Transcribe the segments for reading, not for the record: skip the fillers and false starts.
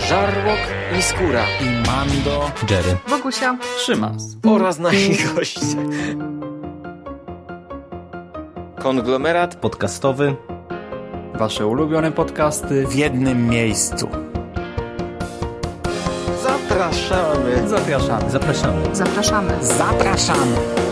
Żarłok i Skóra i Mando, Jerry, Bogusia, Szymas oraz nasi goście. Konglomerat podcastowy. Wasze ulubione podcasty w jednym miejscu. Zapraszamy. Zapraszamy. Zapraszamy. zapraszamy. Zapraszamy.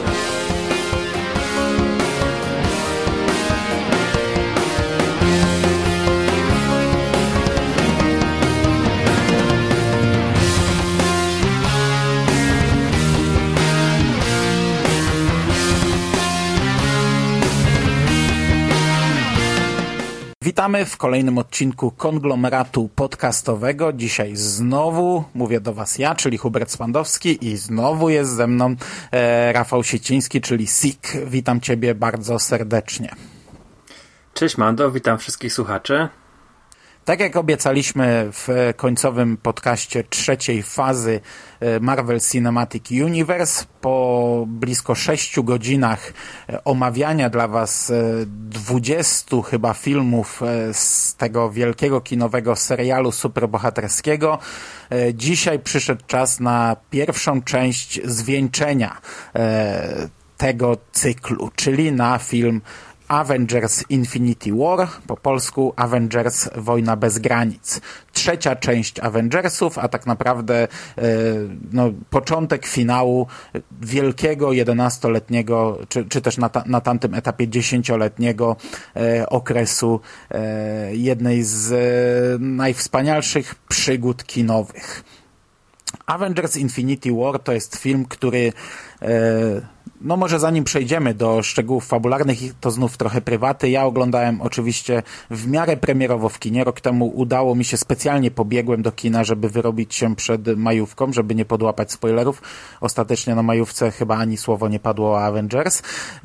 Witamy w kolejnym odcinku Konglomeratu podcastowego. Dzisiaj znowu mówię do Was ja, czyli Hubert Spandowski, i znowu jest ze mną Rafał Sieciński, czyli Sik. Witam Ciebie bardzo serdecznie. Cześć Mando, witam wszystkich słuchaczy. Tak jak obiecaliśmy w końcowym podcaście trzeciej fazy Marvel Cinematic Universe, po blisko 6 godzinach omawiania dla Was 20 chyba filmów z tego wielkiego kinowego serialu superbohaterskiego, dzisiaj przyszedł czas na pierwszą część zwieńczenia tego cyklu, czyli na film Avengers Infinity War, po polsku Avengers Wojna bez granic. Trzecia część Avengersów, a tak naprawdę początek finału wielkiego 11-letniego, czy też na tamtym etapie 10-letniego okresu jednej z najwspanialszych przygód kinowych. Avengers Infinity War to jest film, który może zanim przejdziemy do szczegółów fabularnych, to znów trochę prywaty. Ja oglądałem oczywiście w miarę premierowo w kinie. Rok temu udało mi się, specjalnie pobiegłem do kina, żeby wyrobić się przed majówką, żeby nie podłapać spoilerów. Ostatecznie na majówce chyba ani słowo nie padło o Avengers.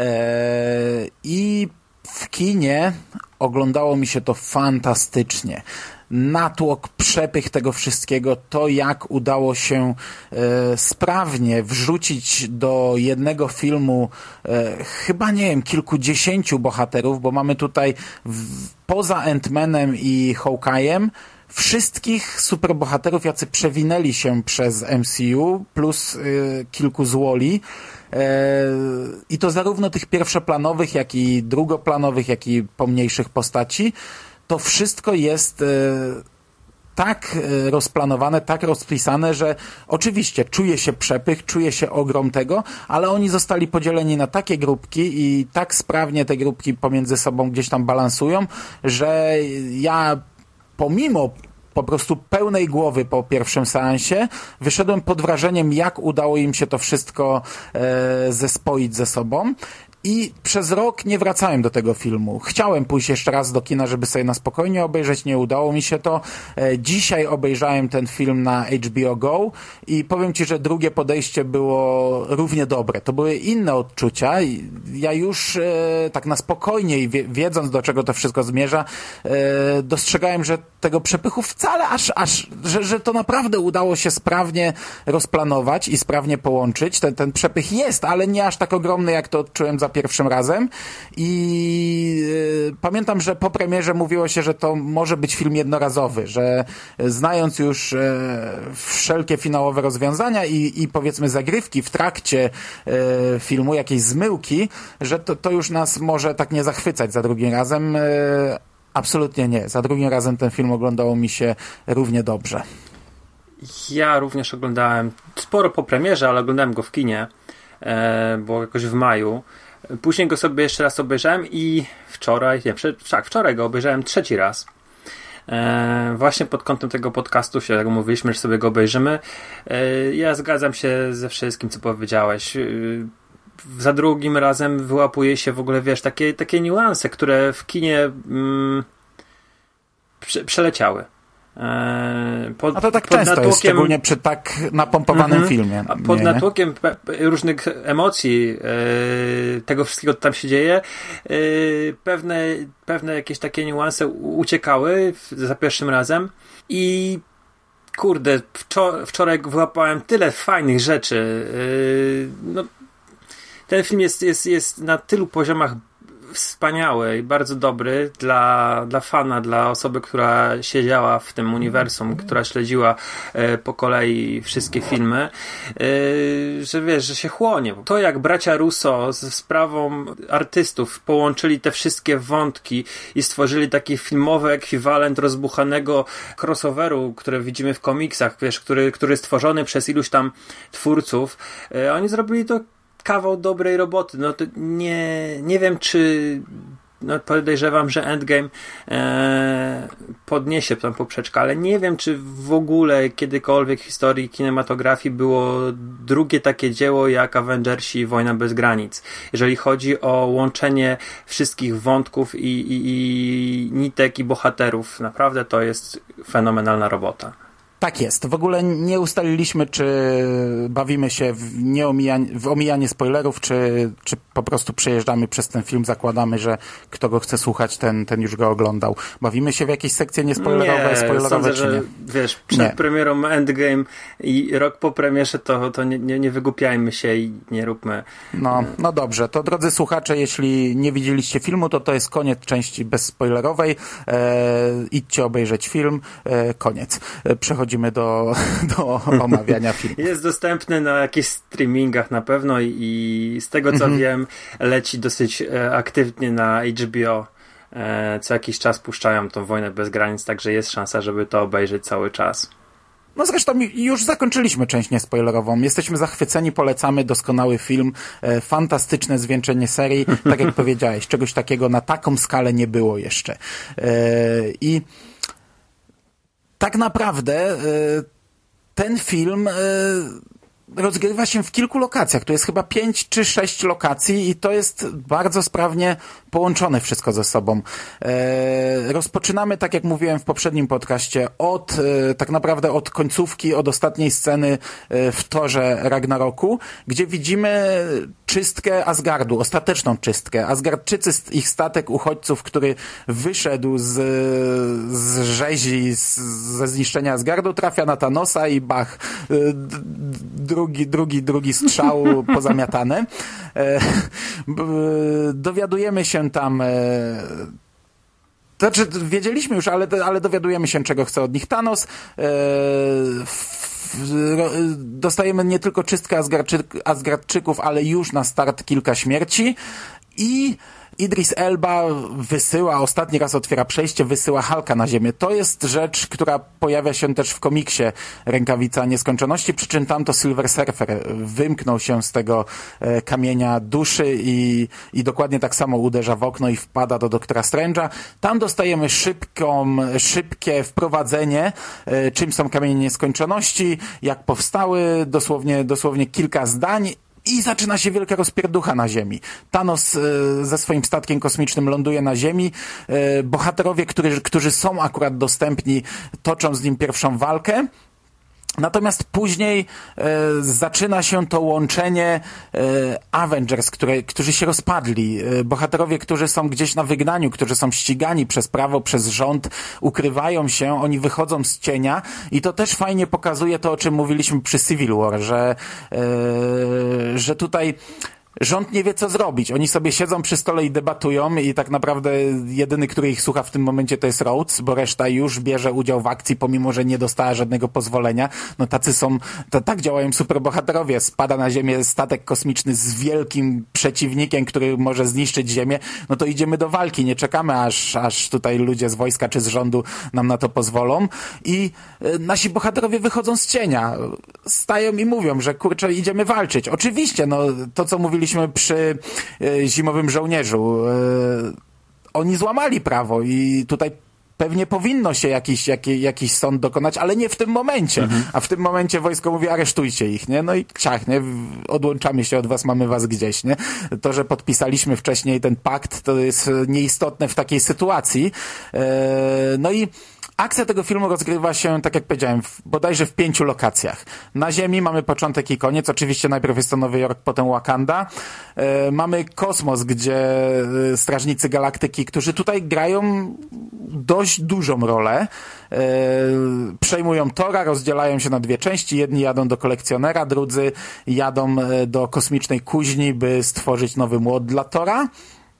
I w kinie oglądało mi się to fantastycznie. Natłok, przepych tego wszystkiego, to jak udało się sprawnie wrzucić do jednego filmu chyba, nie wiem, kilkudziesięciu bohaterów, bo mamy tutaj poza Ant-Manem i Hawkeye'em wszystkich superbohaterów, jacy przewinęli się przez MCU, plus kilku z Wall-E. I to zarówno tych pierwszoplanowych, jak i drugoplanowych, jak i pomniejszych postaci. To wszystko jest tak rozplanowane, tak rozpisane, że oczywiście czuje się przepych, czuje się ogrom tego, ale oni zostali podzieleni na takie grupki i tak sprawnie te grupki pomiędzy sobą gdzieś tam balansują, że ja pomimo po prostu pełnej głowy po pierwszym seansie wyszedłem pod wrażeniem, jak udało im się to wszystko zespoić ze sobą. I przez rok nie wracałem do tego filmu. Chciałem pójść jeszcze raz do kina, żeby sobie na spokojnie obejrzeć, nie udało mi się to. Dzisiaj obejrzałem ten film na HBO Go i powiem Ci, że drugie podejście było równie dobre. To były inne odczucia. Ja już tak na spokojnie i wiedząc, do czego to wszystko zmierza, dostrzegałem, że tego przepychu wcale że to naprawdę udało się sprawnie rozplanować i sprawnie połączyć. Ten przepych jest, ale nie aż tak ogromny, jak to odczułem za pierwszym razem. I pamiętam, że po premierze mówiło się, że to może być film jednorazowy, że znając już wszelkie finałowe rozwiązania i powiedzmy zagrywki w trakcie filmu, jakieś zmyłki, że to już nas może tak nie zachwycać za drugim razem. Absolutnie nie. Za drugim razem ten film oglądało mi się równie dobrze. Ja również oglądałem sporo po premierze, ale oglądałem go w kinie, bo jakoś w maju. Później go sobie jeszcze raz obejrzałem i wczoraj go obejrzałem trzeci raz. Właśnie pod kątem tego podcastu się mówiliśmy, że sobie go obejrzymy. Ja zgadzam się ze wszystkim, co powiedziałeś. Za drugim razem wyłapuje się w ogóle, wiesz, takie niuanse, które w kinie przeleciały. A to tak często jest, szczególnie przy tak napompowanym filmie. Pod natłokiem różnych emocji, tego wszystkiego, co tam się dzieje, pewne jakieś takie niuanse uciekały za pierwszym razem i kurde, wczoraj wyłapałem tyle fajnych rzeczy. Ten film jest na tylu poziomach wspaniały i bardzo dobry dla fana, dla osoby, która siedziała w tym uniwersum, która śledziła po kolei wszystkie filmy, że wiesz, że się chłonie. To jak bracia Russo ze sprawą artystów połączyli te wszystkie wątki i stworzyli taki filmowy ekwiwalent rozbuchanego crossoveru, który widzimy w komiksach, wiesz, który stworzony przez iluś tam twórców. Oni zrobili to kawał dobrej roboty. No to nie wiem, czy podejrzewam, że Endgame podniesie tą poprzeczkę, ale nie wiem, czy w ogóle kiedykolwiek w historii kinematografii było drugie takie dzieło jak Avengersi Wojna bez granic. Jeżeli chodzi o łączenie wszystkich wątków i nitek i bohaterów. Naprawdę to jest fenomenalna robota. Tak jest. W ogóle nie ustaliliśmy, czy bawimy się w omijanie spoilerów, czy po prostu przejeżdżamy przez ten film, zakładamy, że kto go chce słuchać, ten już go oglądał. Bawimy się w jakieś sekcje niespoilerowe, spoilerowe, sądzę, czy nie? że wiesz, przed premierą Endgame i rok po premierze to nie wygłupiajmy się i nie róbmy. No dobrze, to drodzy słuchacze, jeśli nie widzieliście filmu, to jest koniec części bezspoilerowej. Idźcie obejrzeć film. Koniec. Przechodzimy do omawiania filmu. Jest dostępny na jakichś streamingach na pewno i z tego co wiem, leci dosyć aktywnie na HBO. Co jakiś czas puszczają tą Wojnę bez granic, także jest szansa, żeby to obejrzeć cały czas. No zresztą już zakończyliśmy część niespoilerową. Jesteśmy zachwyceni, polecamy, doskonały film, fantastyczne zwieńczenie serii. Tak jak powiedziałeś, czegoś takiego na taką skalę nie było jeszcze. I tak naprawdę ten film rozgrywa się w kilku lokacjach. Tu jest chyba 5 czy 6 lokacji i to jest bardzo sprawnie połączone wszystko ze sobą. Rozpoczynamy, tak jak mówiłem w poprzednim podcaście, tak naprawdę od końcówki, od ostatniej sceny w torze Ragnaroku, gdzie widzimy czystkę Asgardu, ostateczną czystkę. Asgardczycy, ich statek uchodźców, który wyszedł z rzezi, ze zniszczenia Asgardu, trafia na Thanosa i bach, drugi strzał pozamiatany. Dowiadujemy się tam, znaczy wiedzieliśmy już, ale dowiadujemy się, czego chce od nich Thanos. Dostajemy nie tylko czystkę Asgardczyków, ale już na start kilka śmierci i Idris Elba ostatni raz otwiera przejście, wysyła Hulka na ziemię. To jest rzecz, która pojawia się też w komiksie Rękawica Nieskończoności, przy czym tam to Silver Surfer wymknął się z tego kamienia duszy i dokładnie tak samo uderza w okno i wpada do Doktora Strange'a. Tam dostajemy szybkie wprowadzenie, czym są Kamienie Nieskończoności, jak powstały, dosłownie kilka zdań. I zaczyna się wielka rozpierducha na Ziemi. Thanos ze swoim statkiem kosmicznym ląduje na Ziemi. Bohaterowie, którzy są akurat dostępni, toczą z nim pierwszą walkę. Natomiast później zaczyna się to łączenie Avengers, którzy się rozpadli. Bohaterowie, którzy są gdzieś na wygnaniu, którzy są ścigani przez prawo, przez rząd, ukrywają się, oni wychodzą z cienia i to też fajnie pokazuje to, o czym mówiliśmy przy Civil War, że tutaj rząd nie wie, co zrobić. Oni sobie siedzą przy stole i debatują i tak naprawdę jedyny, który ich słucha w tym momencie, to jest Rhodes, bo reszta już bierze udział w akcji, pomimo że nie dostała żadnego pozwolenia. No tak działają superbohaterowie. Spada na ziemię statek kosmiczny z wielkim przeciwnikiem, który może zniszczyć Ziemię. No to idziemy do walki. Nie czekamy, aż tutaj ludzie z wojska czy z rządu nam na to pozwolą. I nasi bohaterowie wychodzą z cienia. Stają i mówią, że kurczę, idziemy walczyć. Oczywiście, no to, co mówiliśmy przy Zimowym Żołnierzu. Oni złamali prawo i tutaj pewnie powinno się jakiś sąd dokonać, ale nie w tym momencie. A w tym momencie wojsko mówi, aresztujcie ich, nie? No i ciach, nie? Odłączamy się od was, mamy was gdzieś, nie? To, że podpisaliśmy wcześniej ten pakt, to jest nieistotne w takiej sytuacji. No i akcja tego filmu rozgrywa się, tak jak powiedziałem, bodajże w 5 lokacjach. Na Ziemi mamy początek i koniec. Oczywiście najpierw jest to Nowy Jork, potem Wakanda. Mamy kosmos, gdzie Strażnicy Galaktyki, którzy tutaj grają dość dużą rolę. Przejmują Tora, rozdzielają się na 2 części. Jedni jadą do kolekcjonera, drudzy jadą do kosmicznej kuźni, by stworzyć nowy młot dla Tora.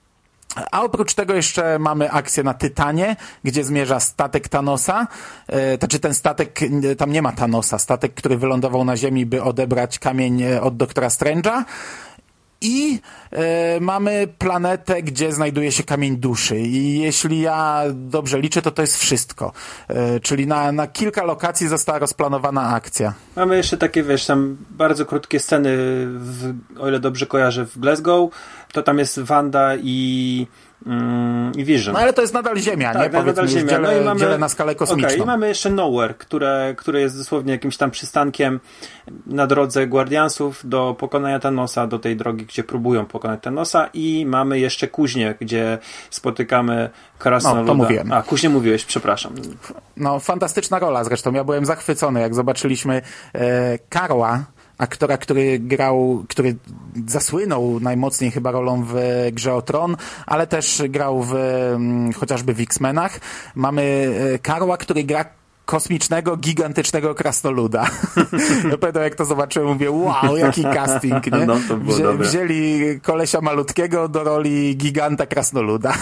A oprócz tego jeszcze mamy akcję na Tytanie, gdzie zmierza statek Thanosa. Znaczy ten statek, tam nie ma Thanosa, statek, który wylądował na Ziemi, by odebrać kamień od Doktora Strange'a. I mamy planetę, gdzie znajduje się kamień duszy. I jeśli ja dobrze liczę, to jest wszystko. Czyli na kilka lokacji została rozplanowana akcja. Mamy jeszcze takie, wiesz, tam bardzo krótkie sceny, o ile dobrze kojarzę, w Glasgow. To tam jest Wanda i Vision. No ale to jest nadal Ziemia, tak, nie? Powiedzmy, nadal Ziemia. Dzielę na skalę kosmiczną. Okay, i mamy jeszcze Nowhere, które jest dosłownie jakimś tam przystankiem na drodze Guardiansów do pokonania Thanosa, do tej drogi, gdzie próbują pokonać Thanosa, i mamy jeszcze Kuźnię, gdzie spotykamy Krasnoluda. No, to mówiłem. A, Kuźnię mówiłeś, przepraszam. No, fantastyczna rola zresztą. Ja byłem zachwycony, jak zobaczyliśmy Karła, aktora, który zasłynął najmocniej chyba rolą w Grze o Tron, ale też grał chociażby w X-Menach. Mamy Karła, który gra kosmicznego, gigantycznego krasnoluda. Ja pamiętam, jak to zobaczyłem, mówię, wow, jaki casting, nie? No, to było dobre. Wzięli kolesia malutkiego do roli giganta krasnoluda.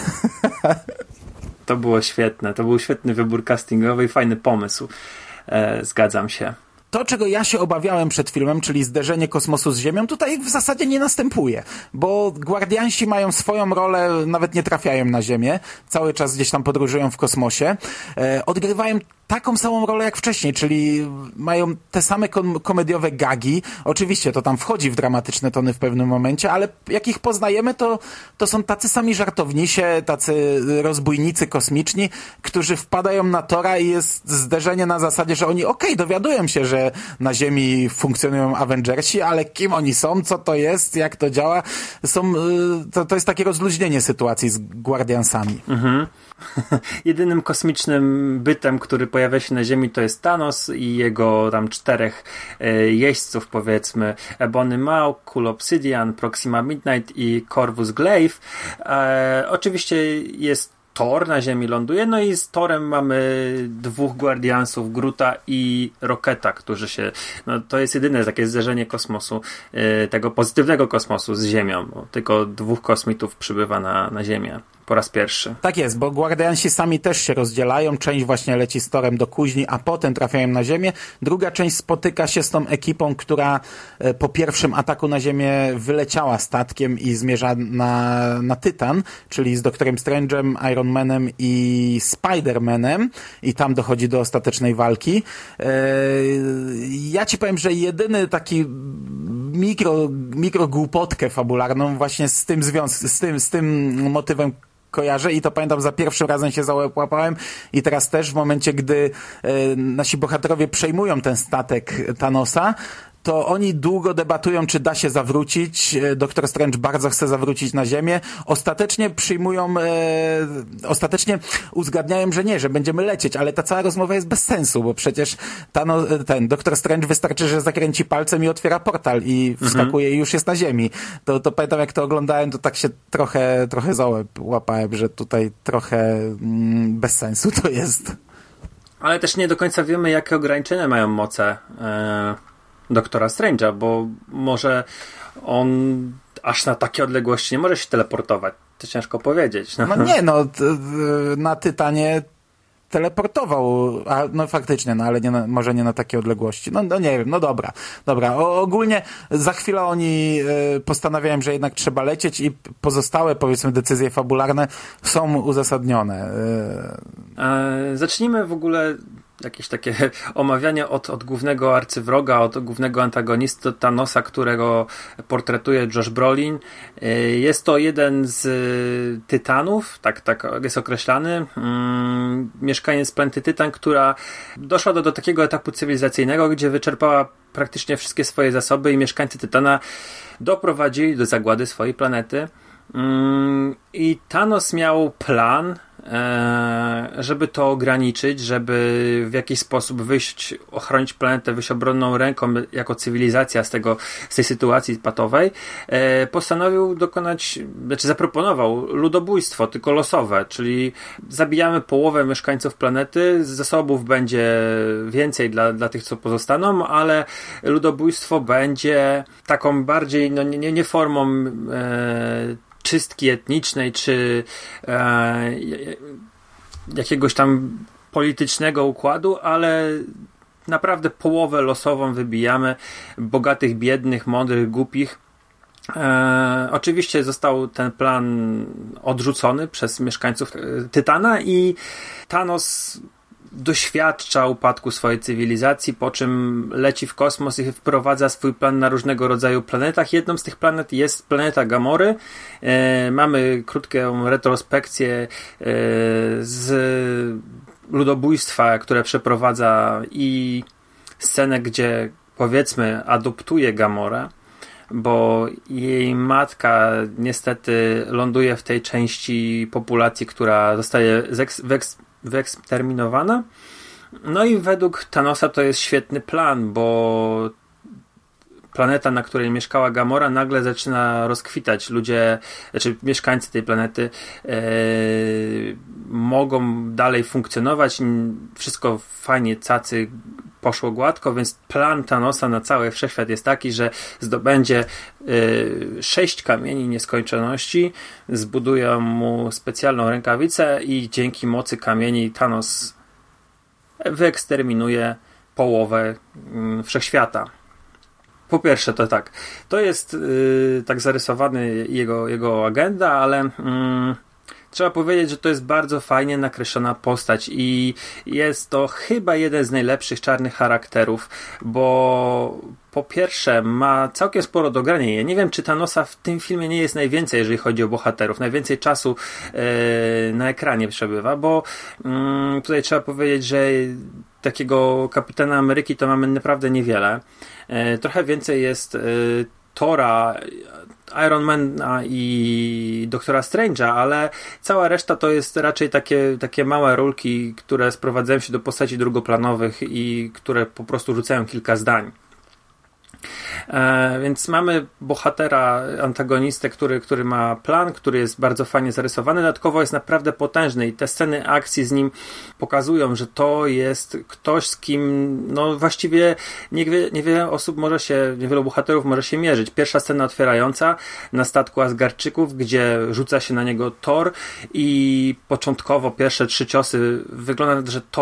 To było świetne. To był świetny wybór castingowy i fajny pomysł. Zgadzam się. To, czego ja się obawiałem przed filmem, czyli zderzenie kosmosu z Ziemią, tutaj w zasadzie nie następuje, bo Guardiansi mają swoją rolę, nawet nie trafiają na Ziemię, cały czas gdzieś tam podróżują w kosmosie, odgrywają taką samą rolę jak wcześniej, czyli mają te same komediowe gagi. Oczywiście to tam wchodzi w dramatyczne tony w pewnym momencie, ale jak ich poznajemy, to są tacy sami żartownisie, tacy rozbójnicy kosmiczni, którzy wpadają na tora i jest zderzenie na zasadzie, że oni dowiadują się, że na Ziemi funkcjonują Avengersi, ale kim oni są, co to jest, jak to działa. To jest takie rozluźnienie sytuacji z Guardiansami. Mhm. Jedynym kosmicznym bytem, który pojawia się na Ziemi, to jest Thanos i jego tam 4 jeźdźców, powiedzmy, Ebony Maw, Cool Obsidian, Proxima Midnight i Corvus Glaive. Oczywiście jest Thor na Ziemi, ląduje, no i z Thorem mamy 2 Guardiansów, Groota i Rocketa, którzy się, no to jest jedyne takie zderzenie kosmosu, tego pozytywnego kosmosu z Ziemią, bo tylko 2 kosmitów przybywa na Ziemię po raz pierwszy. Tak jest, bo Guardiansi sami też się rozdzielają, część właśnie leci z Thorem do Kuźni, a potem trafiają na Ziemię, druga część spotyka się z tą ekipą, która po pierwszym ataku na Ziemię wyleciała statkiem i zmierza na Tytan, czyli z Doktorem Strange'em, Iron Manem i Spider-Manem, i tam dochodzi do ostatecznej walki. Ja ci powiem, że jedyny taki mikro głupotkę fabularną właśnie z tym motywem kojarzę, i to pamiętam, za pierwszym razem się za łeb łapałem, i teraz też w momencie, gdy nasi bohaterowie przejmują ten statek Thanosa, to oni długo debatują, czy da się zawrócić. Doktor Strange bardzo chce zawrócić na Ziemię. Ostatecznie uzgadniają, że nie, że będziemy lecieć, ale ta cała rozmowa jest bez sensu, bo przecież Doktor Strange wystarczy, że zakręci palcem i otwiera portal i wskakuje i już jest na Ziemi. To pamiętam, jak to oglądałem, to tak się trochę za łeb łapałem, że tutaj trochę bez sensu to jest. Ale też nie do końca wiemy, jakie ograniczenia mają moce Doktora Strange'a, bo może on aż na takie odległości nie może się teleportować. To ciężko powiedzieć. No nie, na Tytanie teleportował, no faktycznie, no ale może nie na takie odległości. No nie wiem, no dobra. Ogólnie za chwilę oni postanawiają, że jednak trzeba lecieć, i pozostałe, powiedzmy, decyzje fabularne są uzasadnione. Zacznijmy w ogóle jakieś takie omawianie od głównego arcywroga, od głównego antagonisty Thanosa, którego portretuje Josh Brolin. Jest to jeden z Tytanów, tak jest określany. Mieszkaniec planety Tytan, która doszła do takiego etapu cywilizacyjnego, gdzie wyczerpała praktycznie wszystkie swoje zasoby, i mieszkańcy Tytana doprowadzili do zagłady swojej planety. I Thanos miał plan, żeby to ograniczyć, żeby w jakiś sposób ochronić planetę, wyjść obronną ręką jako cywilizacja z tej sytuacji patowej. Postanowił zaproponował ludobójstwo, tylko losowe, czyli zabijamy połowę mieszkańców planety, zasobów będzie więcej dla tych, co pozostaną, ale ludobójstwo będzie taką bardziej, nie formą czystki etnicznej, czy jakiegoś tam politycznego układu, ale naprawdę połowę losową wybijamy, bogatych, biednych, mądrych, głupich. Oczywiście został ten plan odrzucony przez mieszkańców Tytana i Thanos doświadcza upadku swojej cywilizacji, po czym leci w kosmos i wprowadza swój plan na różnego rodzaju planetach. Jedną z tych planet jest planeta Gamory. Mamy krótką retrospekcję z ludobójstwa, które przeprowadza, i scenę, gdzie powiedzmy adoptuje Gamorę, bo jej matka niestety ląduje w tej części populacji, która zostaje wyeksterminowana. No i według Thanosa to jest świetny plan, bo planeta, na której mieszkała Gamora, nagle zaczyna rozkwitać. Ludzie, znaczy mieszkańcy tej planety mogą dalej funkcjonować. Wszystko fajnie, cacy, poszło gładko, więc plan Thanosa na cały wszechświat jest taki, że zdobędzie 6 kamieni nieskończoności, zbudują mu specjalną rękawicę i dzięki mocy kamieni Thanos wyeksterminuje połowę wszechświata. Po pierwsze to tak, to jest tak zarysowany jego agenda, ale trzeba powiedzieć, że to jest bardzo fajnie nakreślona postać i jest to chyba jeden z najlepszych czarnych charakterów, bo po pierwsze ma całkiem sporo do grania. Ja nie wiem, czy Thanosa w tym filmie nie jest najwięcej, jeżeli chodzi o bohaterów. Najwięcej czasu na ekranie przebywa, bo tutaj trzeba powiedzieć, że takiego Kapitana Ameryki to mamy naprawdę niewiele. Trochę więcej jest Thora, Ironmana i Doktora Strange'a, ale cała reszta to jest raczej takie małe rolki, które sprowadzają się do postaci drugoplanowych i które po prostu rzucają kilka zdań. Więc mamy bohatera, antagonistę, który ma plan, który jest bardzo fajnie zarysowany, dodatkowo jest naprawdę potężny i te sceny akcji z nim pokazują, że to jest ktoś, z kim no właściwie niewiele osób niewielu bohaterów może się mierzyć. Pierwsza scena otwierająca na statku Asgardczyków, gdzie rzuca się na niego Thor i początkowo pierwsze 3 ciosy wygląda, że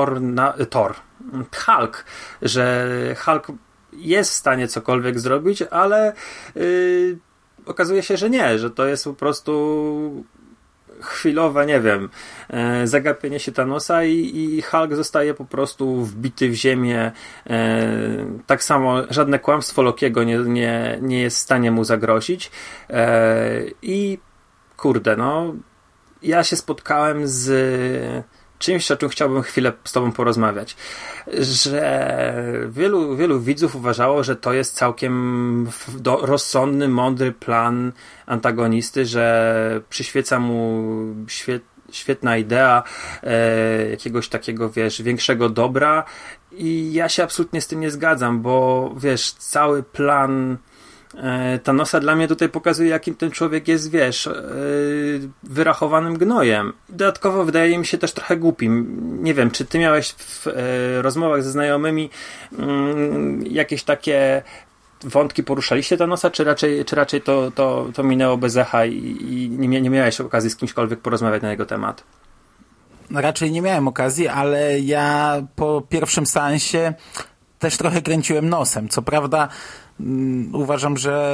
Hulk jest w stanie cokolwiek zrobić, ale okazuje się, że nie, że to jest po prostu chwilowe, nie wiem, zagapienie się Thanosa i Hulk zostaje po prostu wbity w ziemię. Tak samo żadne kłamstwo Lokiego nie jest w stanie mu zagrozić. I kurde, no ja się spotkałem z czymś, o czym chciałbym chwilę z tobą porozmawiać, że wielu widzów uważało, że to jest całkiem rozsądny, mądry plan antagonisty, że przyświeca mu świetna idea jakiegoś takiego, większego dobra, i ja się absolutnie z tym nie zgadzam, bo cały plan Thanosa dla mnie tutaj pokazuje, jakim ten człowiek jest, wyrachowanym gnojem. Dodatkowo wydaje mi się też trochę głupim. Nie wiem, czy ty miałeś w rozmowach ze znajomymi jakieś takie wątki, poruszaliście Thanosa, czy raczej to minęło bez echa i nie miałeś okazji z kimśkolwiek porozmawiać na jego temat? Raczej nie miałem okazji, ale ja po pierwszym seansie też trochę kręciłem nosem. Co prawda uważam, że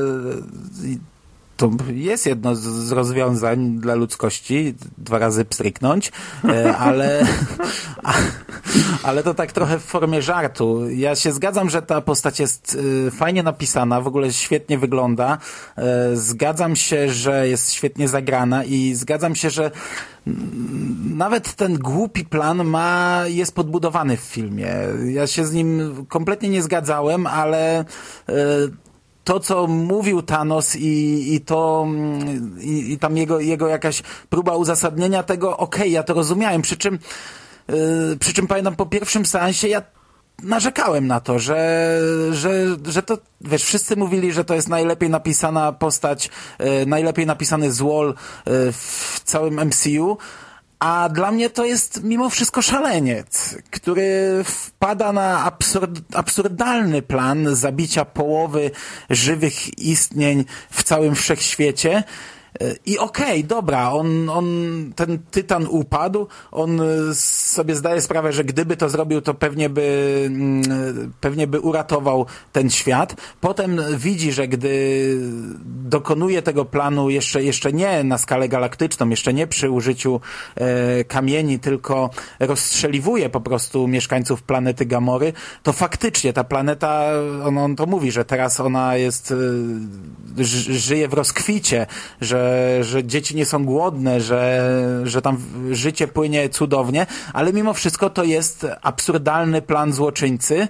to jest jedno z rozwiązań dla ludzkości, 2 razy pstryknąć, ale to tak trochę w formie żartu. Ja się zgadzam, że ta postać jest fajnie napisana, w ogóle świetnie wygląda. Zgadzam się, że jest świetnie zagrana i zgadzam się, że nawet ten głupi plan jest podbudowany w filmie. Ja się z nim kompletnie nie zgadzałem, ale to, co mówił Thanos i tam jego jakaś próba uzasadnienia tego, okej, ja to rozumiałem, przy czym pamiętam, po pierwszym seansie ja narzekałem na to, że to, wszyscy mówili, że to jest najlepiej napisana postać, najlepiej napisany złol w całym MCU, a dla mnie to jest mimo wszystko szaleniec, który wpada na absurdalny plan zabicia połowy żywych istnień w całym wszechświecie I okej, dobra, ten Tytan upadł, on sobie zdaje sprawę, że gdyby to zrobił, to pewnie by uratował ten świat. Potem widzi, że gdy dokonuje tego planu jeszcze nie na skalę galaktyczną, jeszcze nie przy użyciu kamieni, tylko rozstrzeliwuje po prostu mieszkańców planety Gamory, to faktycznie ta planeta, on to mówi, że teraz ona jest, żyje w rozkwicie, że dzieci nie są głodne, że tam życie płynie cudownie, ale mimo wszystko to jest absurdalny plan złoczyńcy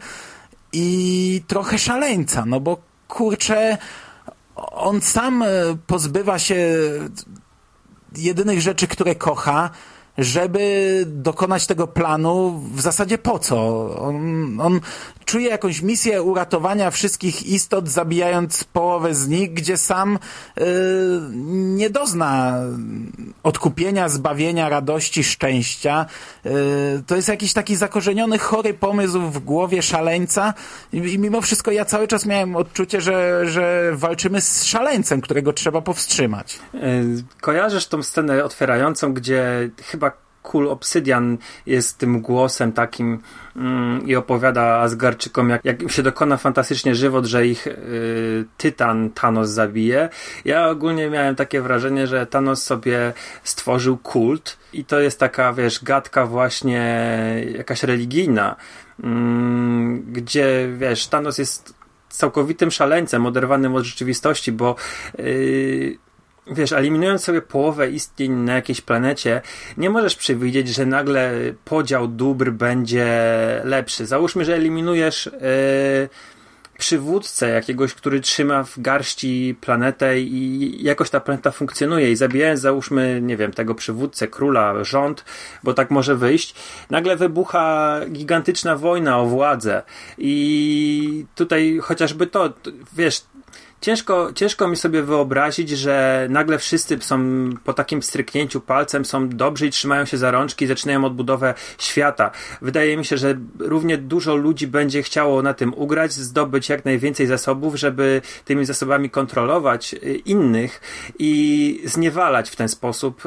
i trochę szaleńca, no bo kurczę, on sam pozbywa się jedynych rzeczy, które kocha, żeby dokonać tego planu w zasadzie po co? On czuje jakąś misję uratowania wszystkich istot, zabijając połowę z nich, gdzie sam nie dozna odkupienia, zbawienia, radości, szczęścia. To jest jakiś taki zakorzeniony, chory pomysł w głowie szaleńca i mimo wszystko ja cały czas miałem odczucie, że walczymy z szaleńcem, którego trzeba powstrzymać. Kojarzysz tą scenę otwierającą, gdzie chyba Kul Obsydian jest tym głosem takim i opowiada Asgardczykom, jak im się dokona fantastycznie żywot, że ich Tytan Thanos zabije. Ja ogólnie miałem takie wrażenie, że Thanos sobie stworzył kult i to jest taka, wiesz, gadka właśnie jakaś religijna, gdzie, wiesz, Thanos jest całkowitym szaleńcem, oderwanym od rzeczywistości, bo wiesz, eliminując sobie połowę istnień na jakiejś planecie, nie możesz przewidzieć, że nagle podział dóbr będzie lepszy. Załóżmy, że eliminujesz przywódcę jakiegoś, który trzyma w garści planetę i jakoś ta planeta funkcjonuje i zabijając, załóżmy, nie wiem, tego przywódcę, króla, rząd, bo tak może wyjść, nagle wybucha gigantyczna wojna o władzę i tutaj chociażby to, wiesz, Ciężko mi sobie wyobrazić, że nagle wszyscy są po takim stryknięciu palcem, są dobrzy i trzymają się za rączki i zaczynają odbudowę świata. Wydaje mi się, że równie dużo ludzi będzie chciało na tym ugrać, zdobyć jak najwięcej zasobów, żeby tymi zasobami kontrolować innych i zniewalać w ten sposób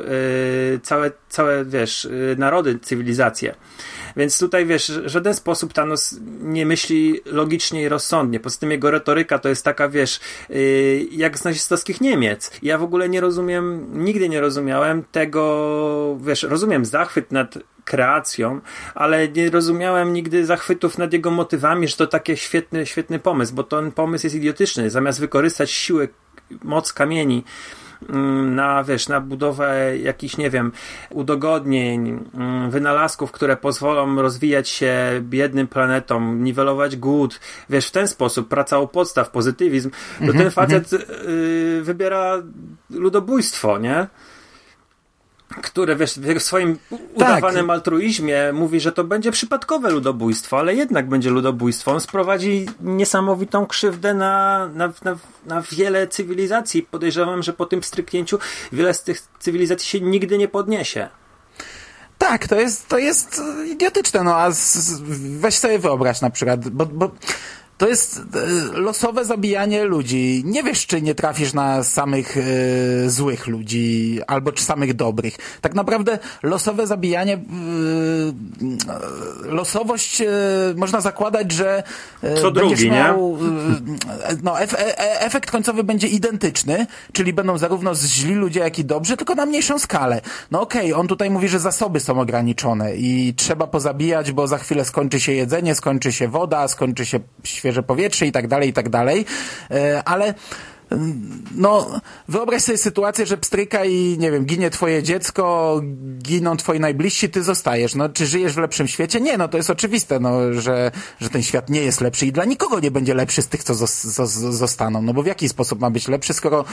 całe wiesz, narody, cywilizacje. Więc tutaj, wiesz, w żaden sposób Thanos nie myśli logicznie i rozsądnie. Poza tym jego retoryka to jest taka, wiesz, jak z nazistowskich Niemiec. Ja w ogóle nigdy nie rozumiałem tego, wiesz, rozumiem zachwyt nad kreacją, ale nie rozumiałem nigdy zachwytów nad jego motywami, że to taki świetny pomysł, bo ten pomysł jest idiotyczny. Zamiast wykorzystać siłę, moc kamieni na budowę jakichś, nie wiem, udogodnień, wynalazków, które pozwolą rozwijać się biednym planetom, niwelować głód, wiesz, w ten sposób, praca u podstaw, pozytywizm, to ten facet wybiera ludobójstwo, nie? Które, wiesz, w swoim udawanym altruizmie mówi, że to będzie przypadkowe ludobójstwo, ale jednak będzie ludobójstwo. On sprowadzi niesamowitą krzywdę na wiele cywilizacji. Podejrzewam, że po tym stryknięciu wiele z tych cywilizacji się nigdy nie podniesie. Tak, to jest idiotyczne, no a weź sobie wyobraź na przykład, bo to jest losowe zabijanie ludzi. Nie wiesz, czy nie trafisz na samych złych ludzi, albo czy samych dobrych. Tak naprawdę losowe zabijanie, losowość można zakładać, że co będziesz drugi, miał, no, efekt końcowy będzie identyczny, czyli będą zarówno źli ludzie, jak i dobrzy, tylko na mniejszą skalę. No okej, on tutaj mówi, że zasoby są ograniczone i trzeba pozabijać, bo za chwilę skończy się jedzenie, skończy się woda, skończy się świeże powietrze i tak dalej, ale no, wyobraź sobie sytuację, że pstryka i, nie wiem, ginie twoje dziecko, giną twoi najbliżsi, ty zostajesz. No, czy żyjesz w lepszym świecie? Nie, no to jest oczywiste, no, że ten świat nie jest lepszy i dla nikogo nie będzie lepszy z tych, co zostaną. No bo w jaki sposób ma być lepszy, skoro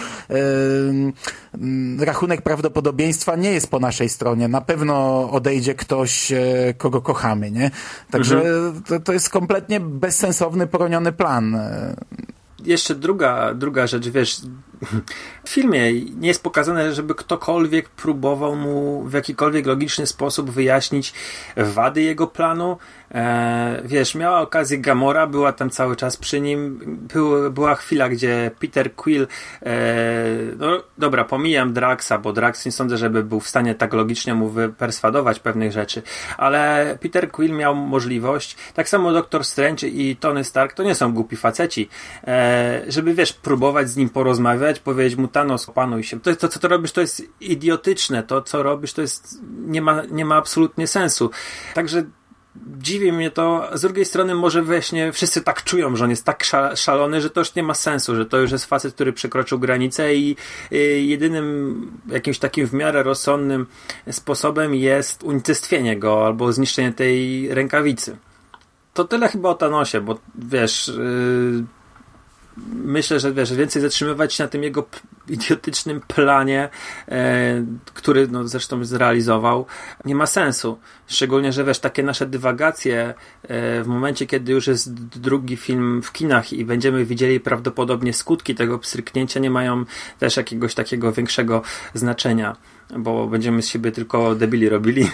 rachunek prawdopodobieństwa nie jest po naszej stronie. Na pewno odejdzie ktoś, kogo kochamy, nie? Także to jest kompletnie bezsensowny, poroniony plan. Jeszcze druga rzecz, wiesz, w filmie nie jest pokazane, żeby ktokolwiek próbował mu w jakikolwiek logiczny sposób wyjaśnić wady jego planu. Wiesz, miała okazję Gamora, była tam cały czas przy nim. Była chwila, gdzie Peter Quill no dobra, pomijam Draxa, bo Drax nie sądzę, żeby był w stanie tak logicznie mu wyperswadować pewnych rzeczy, ale Peter Quill miał możliwość, tak samo Doktor Strange i Tony Stark to nie są głupi faceci, żeby wiesz, próbować z nim porozmawiać, powiedzieć mu Thanos, opanuj się. To co ty robisz, to jest idiotyczne, to co robisz, to jest nie ma absolutnie sensu. Także dziwi mnie to, z drugiej strony może właśnie wszyscy tak czują, że on jest tak szalony, że to już nie ma sensu, że to już jest facet, który przekroczył granicę i jedynym jakimś takim w miarę rozsądnym sposobem jest unicestwienie go albo zniszczenie tej rękawicy. To tyle chyba o Thanosie, bo wiesz, myślę, że wiesz, więcej zatrzymywać się na tym jego idiotycznym planie, który no, zresztą zrealizował, nie ma sensu. Szczególnie, że wiesz, takie nasze dywagacje w momencie, kiedy już jest drugi film w kinach i będziemy widzieli prawdopodobnie skutki tego pstryknięcia, nie mają też jakiegoś takiego większego znaczenia, bo będziemy z siebie tylko debili robili.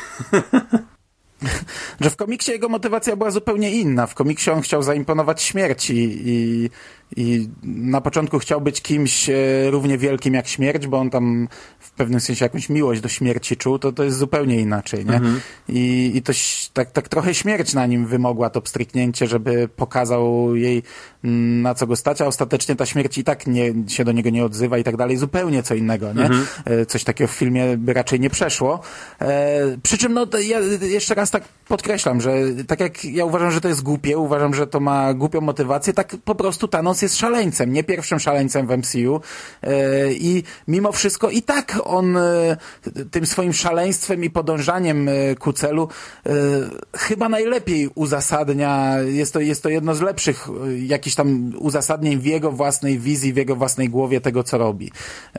Że w komiksie jego motywacja była zupełnie inna. W komiksie on chciał zaimponować śmierci i na początku chciał być kimś równie wielkim jak śmierć, bo on tam w pewnym sensie jakąś miłość do śmierci czuł, to jest zupełnie inaczej, nie? Mhm. I to tak trochę śmierć na nim wymogła to pstryknięcie, żeby pokazał jej, na co go stać, a ostatecznie ta śmierć i tak się do niego nie odzywa i tak dalej. Zupełnie co innego, nie? Mhm. Coś takiego w filmie by raczej nie przeszło. Przy czym, no, ja jeszcze raz tak podkreślam, że tak jak ja uważam, że to jest głupie, uważam, że to ma głupią motywację, tak po prostu Thanos jest szaleńcem, nie pierwszym szaleńcem w MCU i mimo wszystko i tak on tym swoim szaleństwem i podążaniem ku celu chyba najlepiej uzasadnia, jest to jedno z lepszych jakichś tam uzasadnień w jego własnej wizji, w jego własnej głowie tego, co robi.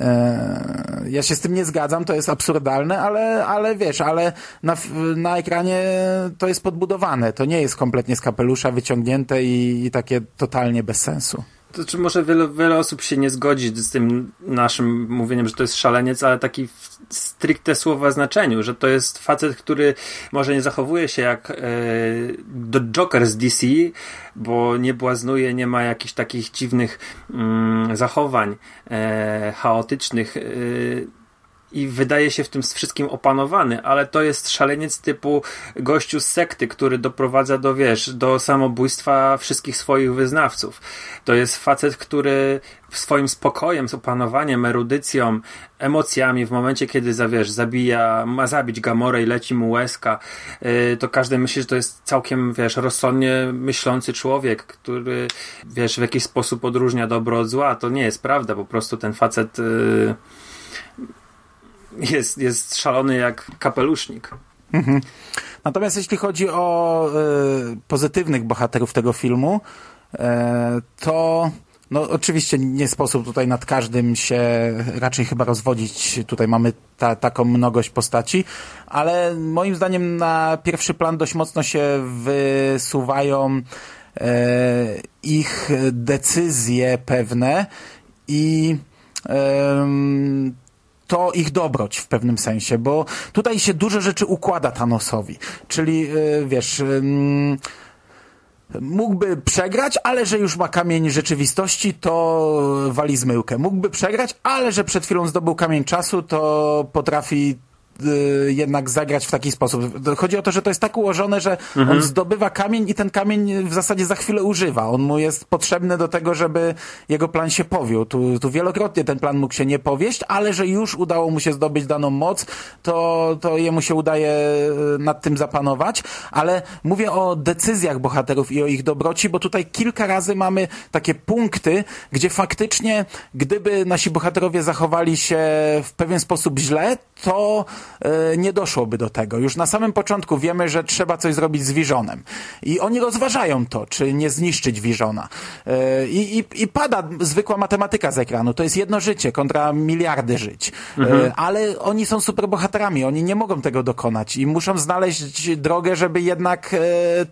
Ja się z tym nie zgadzam, to jest absurdalne, ale wiesz, ale na ekranie to jest podbudowane, to nie jest kompletnie z kapelusza wyciągnięte i takie totalnie bez sensu. To czy może wiele osób się nie zgodzi z tym naszym mówieniem, że to jest szaleniec, ale taki w stricte słowa znaczeniu, że to jest facet, który może nie zachowuje się jak Joker z DC, bo nie błaznuje, nie ma jakichś takich dziwnych zachowań chaotycznych i wydaje się w tym wszystkim opanowany, ale to jest szaleniec typu gościu z sekty, który doprowadza do samobójstwa wszystkich swoich wyznawców. To jest facet, który swoim spokojem, z opanowaniem, erudycją, emocjami w momencie, kiedy ma zabić Gamorę i leci mu łezka, to każdy myśli, że to jest całkiem, rozsądnie myślący człowiek, który, w jakiś sposób odróżnia dobro od zła. To nie jest prawda, po prostu ten facet jest szalony jak kapelusznik. Mhm. Natomiast jeśli chodzi o pozytywnych bohaterów tego filmu, to no oczywiście nie sposób tutaj nad każdym się raczej chyba rozwodzić. Tutaj mamy taką mnogość postaci, ale moim zdaniem na pierwszy plan dość mocno się wysuwają ich decyzje pewne i to ich dobroć w pewnym sensie, bo tutaj się dużo rzeczy układa Thanosowi. Czyli, mógłby przegrać, ale że już ma kamień rzeczywistości, to wali zmyłkę. Mógłby przegrać, ale że przed chwilą zdobył kamień czasu, to potrafi jednak zagrać w taki sposób. Chodzi o to, że to jest tak ułożone, że on zdobywa kamień i ten kamień w zasadzie za chwilę używa. On mu jest potrzebny do tego, żeby jego plan się powiódł. Tu wielokrotnie ten plan mógł się nie powieść, ale że już udało mu się zdobyć daną moc, to jemu się udaje nad tym zapanować. Ale mówię o decyzjach bohaterów i o ich dobroci, bo tutaj kilka razy mamy takie punkty, gdzie faktycznie, gdyby nasi bohaterowie zachowali się w pewien sposób źle, to nie doszłoby do tego. Już na samym początku wiemy, że trzeba coś zrobić z Visionem. I oni rozważają to, czy nie zniszczyć Visiona. I pada zwykła matematyka z ekranu. To jest jedno życie kontra miliardy żyć. Ale oni są superbohaterami. Oni nie mogą tego dokonać i muszą znaleźć drogę, żeby jednak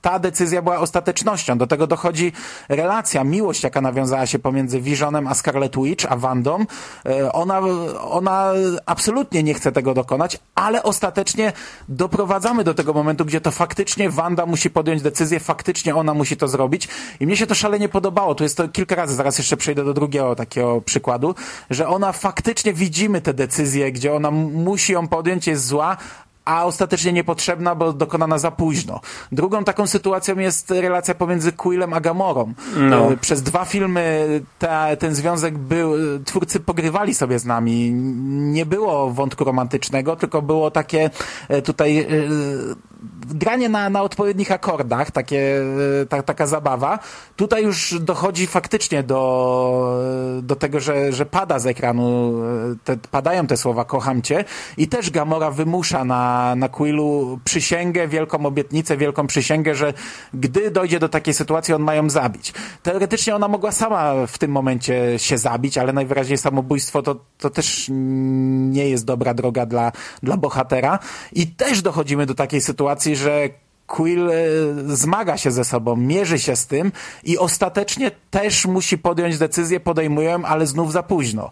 ta decyzja była ostatecznością. Do tego dochodzi relacja, miłość, jaka nawiązała się pomiędzy Visionem a Scarlet Witch, a Wandą. Ona absolutnie nie chce tego dokonać, ale ostatecznie doprowadzamy do tego momentu, gdzie to faktycznie Wanda musi podjąć decyzję, faktycznie ona musi to zrobić i mnie się to szalenie podobało. Tu jest to kilka razy, zaraz jeszcze przejdę do drugiego takiego przykładu, że ona faktycznie widzimy tę decyzję, gdzie ona musi ją podjąć, jest zła, a ostatecznie niepotrzebna, bo dokonana za późno. Drugą taką sytuacją jest relacja pomiędzy Quillem a Gamorą. No. Przez 2 filmy ten związek był, twórcy pogrywali sobie z nami. Nie było wątku romantycznego, tylko było takie tutaj granie na odpowiednich akordach, taka zabawa. Tutaj już dochodzi faktycznie do tego, że pada z ekranu, padają te słowa kocham cię i też Gamora wymusza na Quillu przysięgę, wielką obietnicę, wielką przysięgę, że gdy dojdzie do takiej sytuacji, on ma ją zabić. Teoretycznie ona mogła sama w tym momencie się zabić, ale najwyraźniej samobójstwo to też nie jest dobra droga dla bohatera. I też dochodzimy do takiej sytuacji, że Quill zmaga się ze sobą, mierzy się z tym i ostatecznie też musi podjąć decyzję, podejmują, ale znów za późno.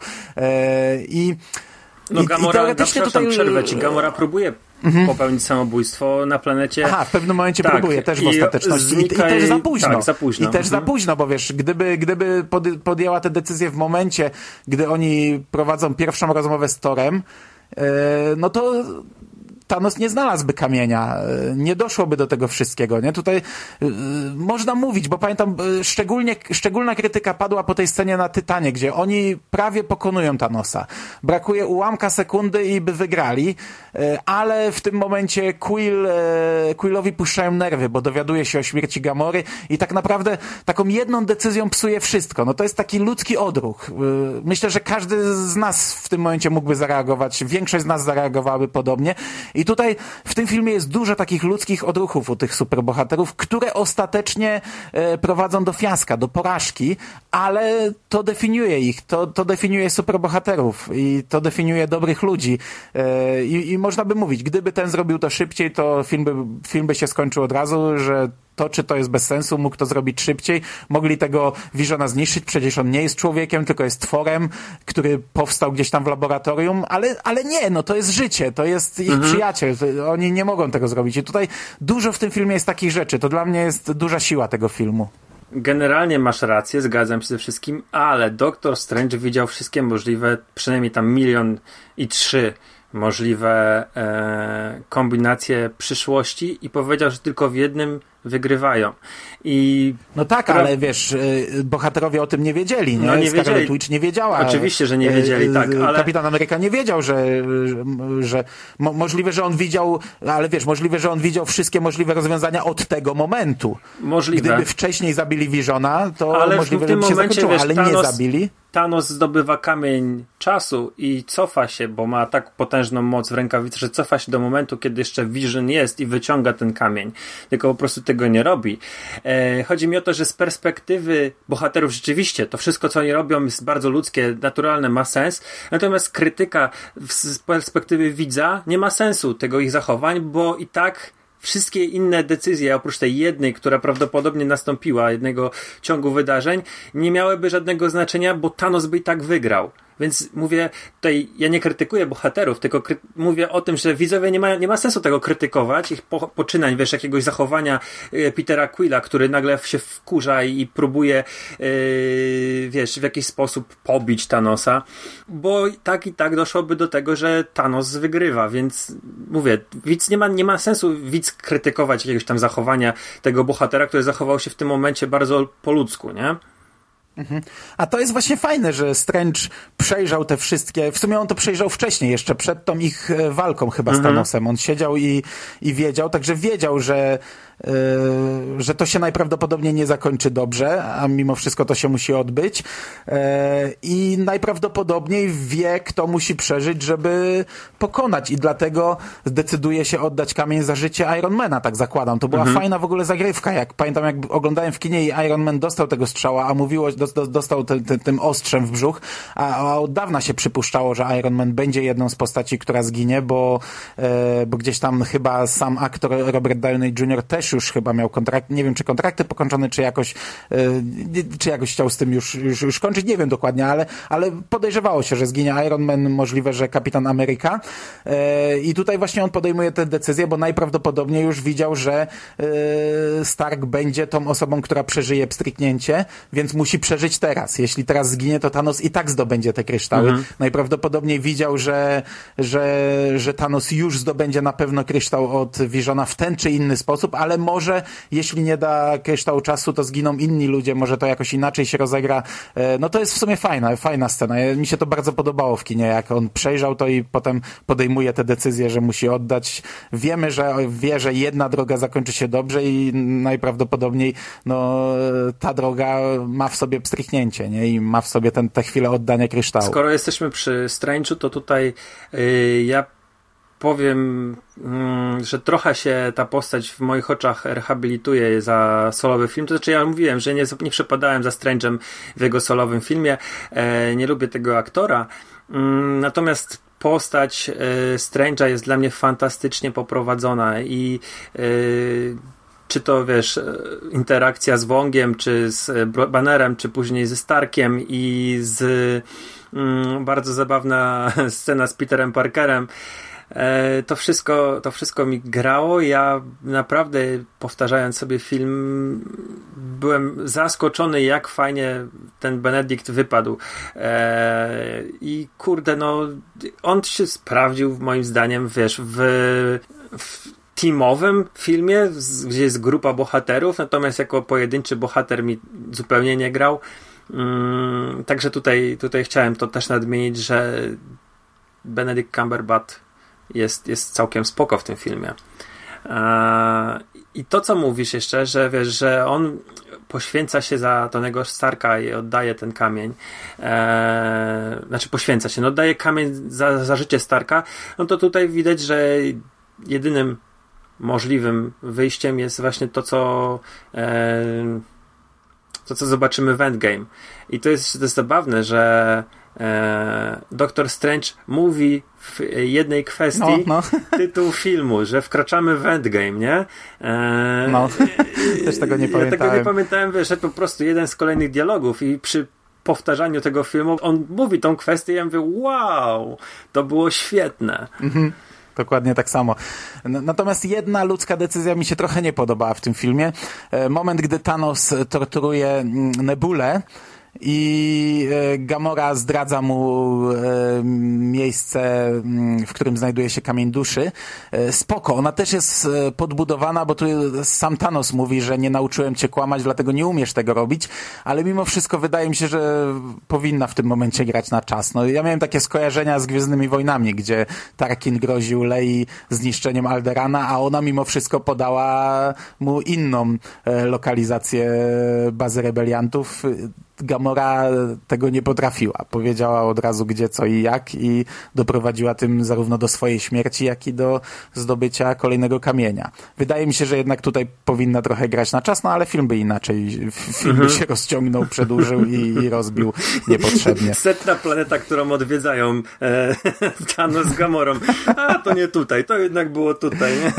Gamora, przerwę ci. Gamora próbuje popełnić samobójstwo na planecie. Aha, w pewnym momencie próbuje też w ostateczności. I też za późno. Tak, za późno. I też za późno, bo wiesz, gdyby podjęła tę decyzję w momencie, gdy oni prowadzą pierwszą rozmowę z Thorem, no to Thanos nie znalazłby kamienia, nie doszłoby do tego wszystkiego, nie? Tutaj można mówić, bo pamiętam, szczególna krytyka padła po tej scenie na Tytanie, gdzie oni prawie pokonują Thanosa. Brakuje ułamka sekundy i by wygrali, ale w tym momencie Quillowi puszczają nerwy, bo dowiaduje się o śmierci Gamory i tak naprawdę taką jedną decyzją psuje wszystko. No to jest taki ludzki odruch. Myślę, że każdy z nas w tym momencie mógłby zareagować, większość z nas zareagowałaby podobnie. I tutaj w tym filmie jest dużo takich ludzkich odruchów u tych superbohaterów, które ostatecznie prowadzą do fiaska, do porażki, ale to definiuje ich, to definiuje superbohaterów i to definiuje dobrych ludzi. I można by mówić, gdyby ten zrobił to szybciej, to film by się skończył od razu, że czy to jest bez sensu, mógł to zrobić szybciej, mogli tego Visiona zniszczyć, przecież on nie jest człowiekiem, tylko jest tworem, który powstał gdzieś tam w laboratorium, ale nie, no to jest życie, to jest ich przyjaciel, oni nie mogą tego zrobić i tutaj dużo w tym filmie jest takich rzeczy, to dla mnie jest duża siła tego filmu. Generalnie masz rację, zgadzam się ze wszystkim, ale Doctor Strange widział wszystkie możliwe, przynajmniej tam 1,3 miliona możliwe kombinacje przyszłości i powiedział, że tylko w jednym wygrywają. No tak, ale wiesz, bohaterowie o tym nie wiedzieli, nie? No nie wiedzieli. Scarlet Witch nie wiedziała. Oczywiście, że nie wiedzieli, tak, ale... Kapitan Ameryka nie wiedział, że możliwe, że on widział, ale wiesz, możliwe, że on widział wszystkie możliwe rozwiązania od tego momentu. Możliwe. Gdyby wcześniej zabili Visiona, to ale możliwe, w tym żeby się momencie, zakończyło, wiesz, ale nie zabili. Thanos zdobywa kamień czasu i cofa się, bo ma tak potężną moc w rękawicy, że cofa się do momentu, kiedy jeszcze Vision jest i wyciąga ten kamień. Tylko po prostu tego nie robi. Chodzi mi o to, że z perspektywy bohaterów rzeczywiście to wszystko, co oni robią, jest bardzo ludzkie, naturalne, ma sens. Natomiast krytyka z perspektywy widza nie ma sensu tego ich zachowań, bo i tak wszystkie inne decyzje, oprócz tej jednej, która prawdopodobnie nastąpiła, jednego ciągu wydarzeń, nie miałyby żadnego znaczenia, bo Thanos by i tak wygrał. Więc mówię, tutaj ja nie krytykuję bohaterów, tylko mówię o tym, że widzowie nie ma sensu tego krytykować, ich poczynań, wiesz, jakiegoś zachowania Petera Quilla, który nagle się wkurza i próbuje, wiesz, w jakiś sposób pobić Thanosa, bo i tak doszłoby do tego, że Thanos wygrywa, więc mówię, widz nie ma sensu widz krytykować jakiegoś tam zachowania tego bohatera, który zachował się w tym momencie bardzo po ludzku, nie? A to jest właśnie fajne, że Strange przejrzał te wszystkie, w sumie on to przejrzał wcześniej, jeszcze przed tą ich walką chyba z Thanosem. On siedział i wiedział, także wiedział, że to się najprawdopodobniej nie zakończy dobrze, a mimo wszystko to się musi odbyć. I najprawdopodobniej wie, kto musi przeżyć, żeby pokonać i dlatego zdecyduje się oddać kamień za życie Ironmana, tak zakładam. To była fajna w ogóle zagrywka. Pamiętam, jak oglądałem w kinie i Iron Man dostał tego strzała, a mówiło, dostał tym ostrzem w brzuch, a od dawna się przypuszczało, że Iron Man będzie jedną z postaci, która zginie, bo gdzieś tam chyba sam aktor Robert Downey Jr. też też już chyba miał kontrakt, nie wiem czy kontrakty pokończone, czy jakoś chciał z tym już kończyć, nie wiem dokładnie, ale podejrzewało się, że zginie Iron Man, możliwe, że Kapitan Ameryka. I tutaj właśnie on podejmuje tę decyzję, bo najprawdopodobniej już widział, że Stark będzie tą osobą, która przeżyje pstryknięcie, więc musi przeżyć teraz. Jeśli teraz zginie, to Thanos i tak zdobędzie te kryształy. Najprawdopodobniej widział, że Thanos już zdobędzie na pewno kryształ od Visiona w ten czy inny sposób, ale może jeśli nie da kryształu czasu, to zginą inni ludzie, może to jakoś inaczej się rozegra. No to jest w sumie fajna scena. Mi się to bardzo podobało w kinie, jak on przejrzał to i potem podejmuje tę decyzję, że musi oddać. Wie, że jedna droga zakończy się dobrze i najprawdopodobniej ta droga ma w sobie pstrychnięcie, nie? I ma w sobie tę chwilę oddania kryształu. Skoro jesteśmy przy Strange'u, to tutaj ja powiem, że trochę się ta postać w moich oczach rehabilituje za solowy film. To znaczy ja mówiłem, że nie przepadałem za Strange'em w jego solowym filmie. Nie lubię tego aktora. Natomiast postać Strange'a jest dla mnie fantastycznie poprowadzona i czy to interakcja z Wongiem, czy z Bannerem, czy później ze Starkiem i z bardzo zabawna scena z Peterem Parkerem. To wszystko mi grało. Ja naprawdę, powtarzając sobie film, byłem zaskoczony, jak fajnie ten Benedict wypadł. I kurde, on się sprawdził moim zdaniem, w teamowym filmie, gdzie jest grupa bohaterów, natomiast jako pojedynczy bohater mi zupełnie nie grał. Także tutaj chciałem to też nadmienić, że Benedict Cumberbatch jest całkiem spoko w tym filmie. I to, co mówisz jeszcze, że wiesz, że on poświęca się za Tonego Starka i oddaje ten kamień. Poświęca się, oddaje kamień za życie Starka, no to tutaj widać, że jedynym możliwym wyjściem jest właśnie to, co zobaczymy w Endgame. I to jest zabawne, że Doktor Strange mówi w jednej kwestii tytuł filmu, że wkraczamy w Endgame, nie? Też tego nie pamiętałem. Ja tego nie pamiętałem, że po prostu jeden z kolejnych dialogów i przy powtarzaniu tego filmu on mówi tą kwestię i ja mówię, wow, to było świetne. Dokładnie tak samo. Natomiast jedna ludzka decyzja mi się trochę nie podobała w tym filmie. Moment, gdy Thanos torturuje Nebulę i Gamora zdradza mu miejsce, w którym znajduje się kamień duszy. Spoko, ona też jest podbudowana, bo tu sam Thanos mówi, że nie nauczyłem cię kłamać, dlatego nie umiesz tego robić, ale mimo wszystko wydaje mi się, że powinna w tym momencie grać na czas. Ja miałem takie skojarzenia z Gwiezdnymi Wojnami, gdzie Tarkin groził Lei zniszczeniem Alderana, a ona mimo wszystko podała mu inną lokalizację bazy rebeliantów. Gamora tego nie potrafiła. Powiedziała od razu gdzie, co i jak i doprowadziła tym zarówno do swojej śmierci, jak i do zdobycia kolejnego kamienia. Wydaje mi się, że jednak tutaj powinna trochę grać na czas, ale film by inaczej. Film by się rozciągnął, przedłużył i rozbił niepotrzebnie. Setna planeta, którą odwiedzają Thanos z Gamorą. A, to nie tutaj, to jednak było tutaj. Nie?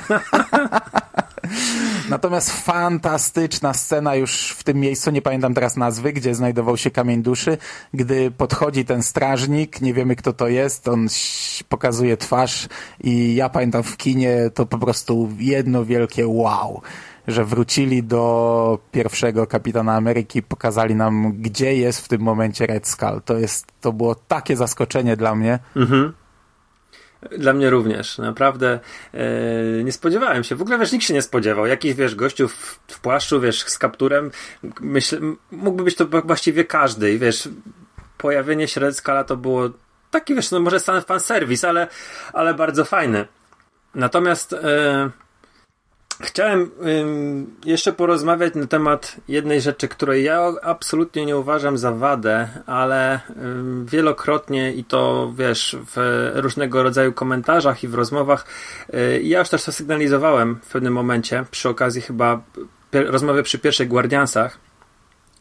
Natomiast fantastyczna scena już w tym miejscu, nie pamiętam teraz nazwy, gdzie znajdował się kamień duszy, gdy podchodzi ten strażnik, nie wiemy kto to jest, on pokazuje twarz i ja pamiętam w kinie to po prostu jedno wielkie wow, że wrócili do pierwszego Kapitana Ameryki, pokazali nam gdzie jest w tym momencie Red Skull. To było takie zaskoczenie dla mnie. Dla mnie również. Naprawdę nie spodziewałem się. W ogóle, nikt się nie spodziewał. Jakiś, gościu w płaszczu, z kapturem. Mógłby być to właściwie każdy. I pojawienie się Red Skulla to było taki, może sam fanserwis, ale bardzo fajny. Natomiast chciałem jeszcze porozmawiać na temat jednej rzeczy, której ja absolutnie nie uważam za wadę, ale wielokrotnie i to w różnego rodzaju komentarzach i w rozmowach ja już też to sygnalizowałem w pewnym momencie, przy okazji chyba rozmowy przy pierwszych Guardiansach,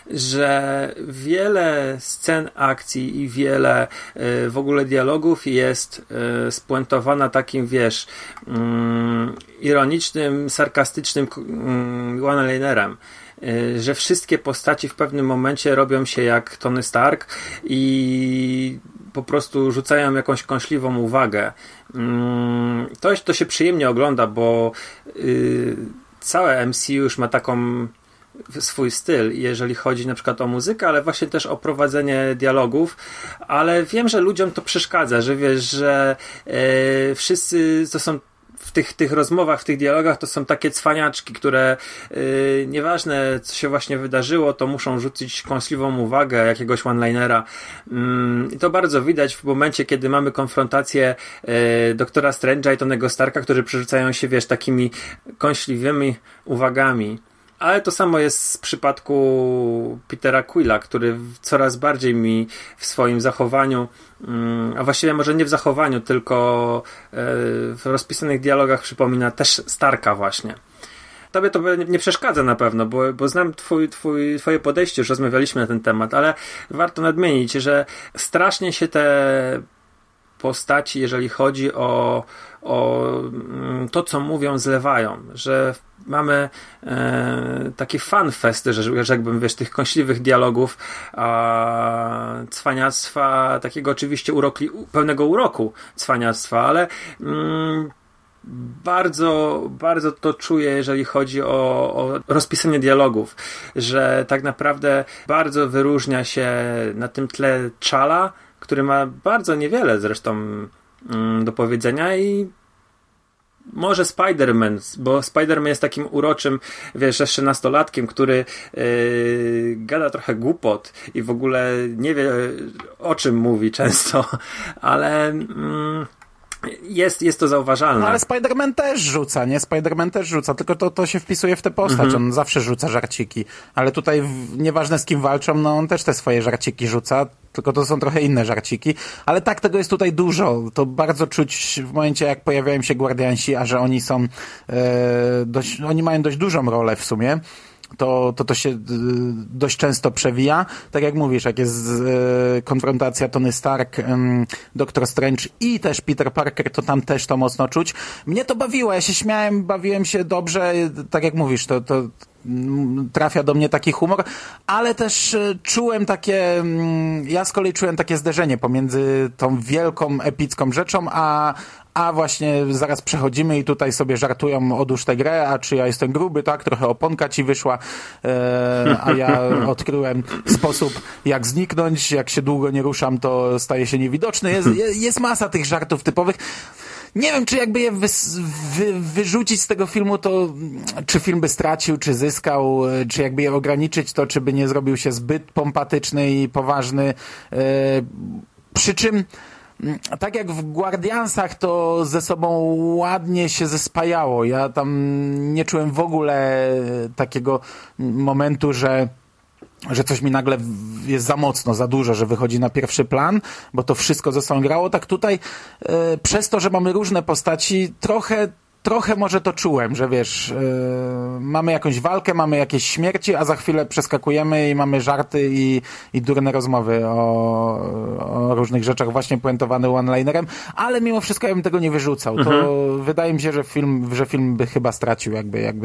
że wiele scen akcji i wiele w ogóle dialogów jest spuentowana takim, wiesz, ironicznym, sarkastycznym one-linerem, że wszystkie postaci w pewnym momencie robią się jak Tony Stark i po prostu rzucają jakąś kąśliwą uwagę. To się przyjemnie ogląda, bo całe MCU już ma taką swój styl, jeżeli chodzi na przykład o muzykę, ale właśnie też o prowadzenie dialogów, ale wiem, że ludziom to przeszkadza, że wiesz, że wszyscy to są w tych rozmowach, w tych dialogach to są takie cwaniaczki, które nieważne co się właśnie wydarzyło, to muszą rzucić kąśliwą uwagę jakiegoś one-linera. I to bardzo widać w momencie, kiedy mamy konfrontację Doktora Strange'a i Tonego Starka, którzy przerzucają się, wiesz, takimi kąśliwymi uwagami. Ale to samo jest w przypadku Petera Quilla, który coraz bardziej mi w swoim zachowaniu, a właściwie może nie w zachowaniu, tylko w rozpisanych dialogach przypomina też Starka właśnie. Tobie to nie przeszkadza na pewno, bo znam twoje podejście, już rozmawialiśmy na ten temat, ale warto nadmienić, że strasznie się te postaci, jeżeli chodzi o to, co mówią, zlewają, że mamy taki fanfest, że jakbym, wiesz, tych kąśliwych dialogów, cwaniactwa, takiego oczywiście pełnego uroku cwaniactwa, ale bardzo, bardzo to czuję, jeżeli chodzi o rozpisanie dialogów, że tak naprawdę bardzo wyróżnia się na tym tle T'Challa, który ma bardzo niewiele zresztą do powiedzenia i może Spider-Man, bo Spider-Man jest takim uroczym, wiesz, jeszcze nastolatkiem, który gada trochę głupot i w ogóle nie wie, o czym mówi często, ale jest to zauważalne. No, ale Spider-Man też rzuca, nie? Spider-Man też rzuca, tylko to się wpisuje w tę postać. On zawsze rzuca żarciki. Ale tutaj nieważne z kim walczą, no on też te swoje żarciki rzuca, tylko to są trochę inne żarciki. Ale tak, tego jest tutaj dużo. To bardzo czuć w momencie, jak pojawiają się Guardiansi, a że oni są oni mają dość dużą rolę w sumie. To się dość często przewija. Tak jak mówisz, jak jest konfrontacja Tony Stark, Doktor Strange i też Peter Parker, to tam też to mocno czuć. Mnie to bawiło, ja się śmiałem, bawiłem się dobrze, tak jak mówisz, to trafia do mnie taki humor, ale też czułem ja z kolei czułem takie zderzenie pomiędzy tą wielką, epicką rzeczą, a właśnie zaraz przechodzimy i tutaj sobie żartują, odłóż tę grę, a czy ja jestem gruby, tak? Trochę oponka ci wyszła, a ja odkryłem sposób, jak zniknąć, jak się długo nie ruszam, to staje się niewidoczny. Jest masa tych żartów typowych. Nie wiem, czy jakby je wyrzucić z tego filmu, to czy film by stracił, czy zyskał, czy jakby je ograniczyć, to czy by nie zrobił się zbyt pompatyczny i poważny. Przy czym tak jak w Guardiansach to ze sobą ładnie się zespajało. Ja tam nie czułem w ogóle takiego momentu, że coś mi nagle jest za mocno, za dużo, że wychodzi na pierwszy plan, bo to wszystko ze sobą grało. Tak tutaj przez to, że mamy różne postaci, trochę może to czułem, że wiesz, mamy jakąś walkę, mamy jakieś śmierci, a za chwilę przeskakujemy i mamy żarty i durne rozmowy o różnych rzeczach, właśnie puentowane one-linerem, ale mimo wszystko ja bym tego nie wyrzucał. To wydaje mi się, że film by chyba stracił,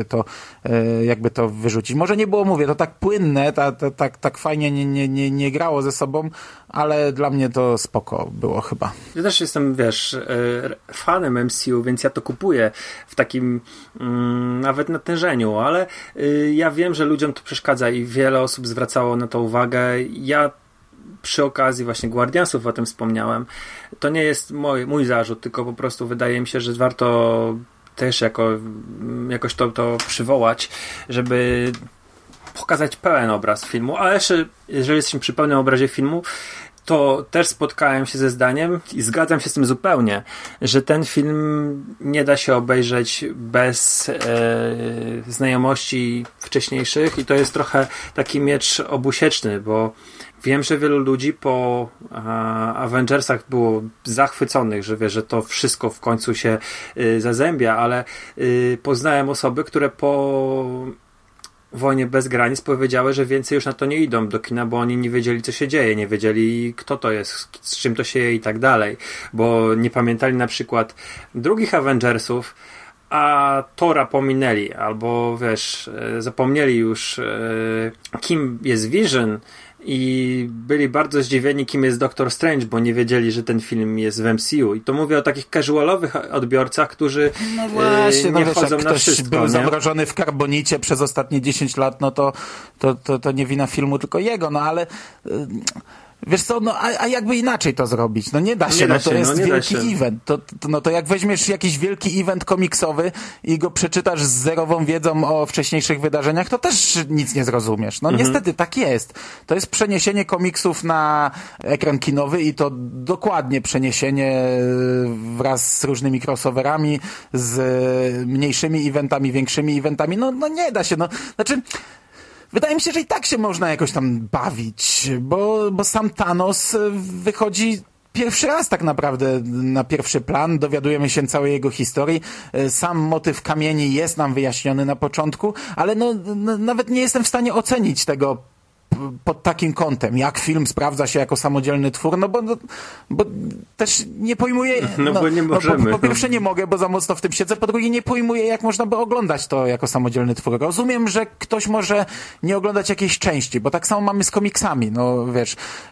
jakby to wyrzucić. Może nie było, mówię, to tak płynne, tak fajnie nie grało ze sobą, ale dla mnie to spoko było chyba. Ja też jestem, wiesz, fanem MCU, więc ja to kupuję w takim nawet natężeniu, ale ja wiem, że ludziom to przeszkadza i wiele osób zwracało na to uwagę. Ja przy okazji właśnie Guardiansów o tym wspomniałem. To nie jest mój zarzut, tylko po prostu wydaje mi się, że warto też jakoś to przywołać, żeby pokazać pełen obraz filmu, a jeszcze, jeżeli jesteśmy przy pełnym obrazie filmu, to też spotkałem się ze zdaniem i zgadzam się z tym zupełnie, że ten film nie da się obejrzeć bez znajomości wcześniejszych i to jest trochę taki miecz obusieczny, bo wiem, że wielu ludzi po Avengersach było zachwyconych, że wie, że to wszystko w końcu się zazębia, ale poznałem osoby, które po Wojnie bez granic powiedziały, że więcej już na to nie idą do kina, bo oni nie wiedzieli, co się dzieje, nie wiedzieli, kto to jest, z czym to się je i tak dalej, bo nie pamiętali na przykład drugich Avengersów, a Thora pominęli, albo wiesz, zapomnieli już, kim jest Vision, i byli bardzo zdziwieni, kim jest Doctor Strange, bo nie wiedzieli, że ten film jest w MCU. I to mówię o takich casualowych odbiorcach, którzy no właśnie, nie wiesz, chodzą jak na ktoś wszystko. był nie? zamrożony w karbonicie przez ostatnie 10 lat, no to nie wina filmu, tylko jego, no ale... Wiesz co, no a jakby inaczej to zrobić? No nie da się, to jest wielki event. To jak weźmiesz jakiś wielki event komiksowy i go przeczytasz z zerową wiedzą o wcześniejszych wydarzeniach, to też nic nie zrozumiesz. No niestety tak jest. To jest przeniesienie komiksów na ekran kinowy i to dokładnie przeniesienie wraz z różnymi crossoverami, z mniejszymi eventami, większymi eventami. No nie da się, Znaczy... Wydaje mi się, że i tak się można jakoś tam bawić, bo sam Thanos wychodzi pierwszy raz tak naprawdę na pierwszy plan, dowiadujemy się całej jego historii. Sam motyw kamieni jest nam wyjaśniony na początku, ale nawet nie jestem w stanie ocenić tego pod takim kątem, jak film sprawdza się jako samodzielny twór, bo też nie pojmuję... bo nie możemy. Po pierwsze nie mogę, bo za mocno w tym siedzę, po drugie nie pojmuję, jak można by oglądać to jako samodzielny twór. Rozumiem, że ktoś może nie oglądać jakiejś części, bo tak samo mamy z komiksami, wiesz,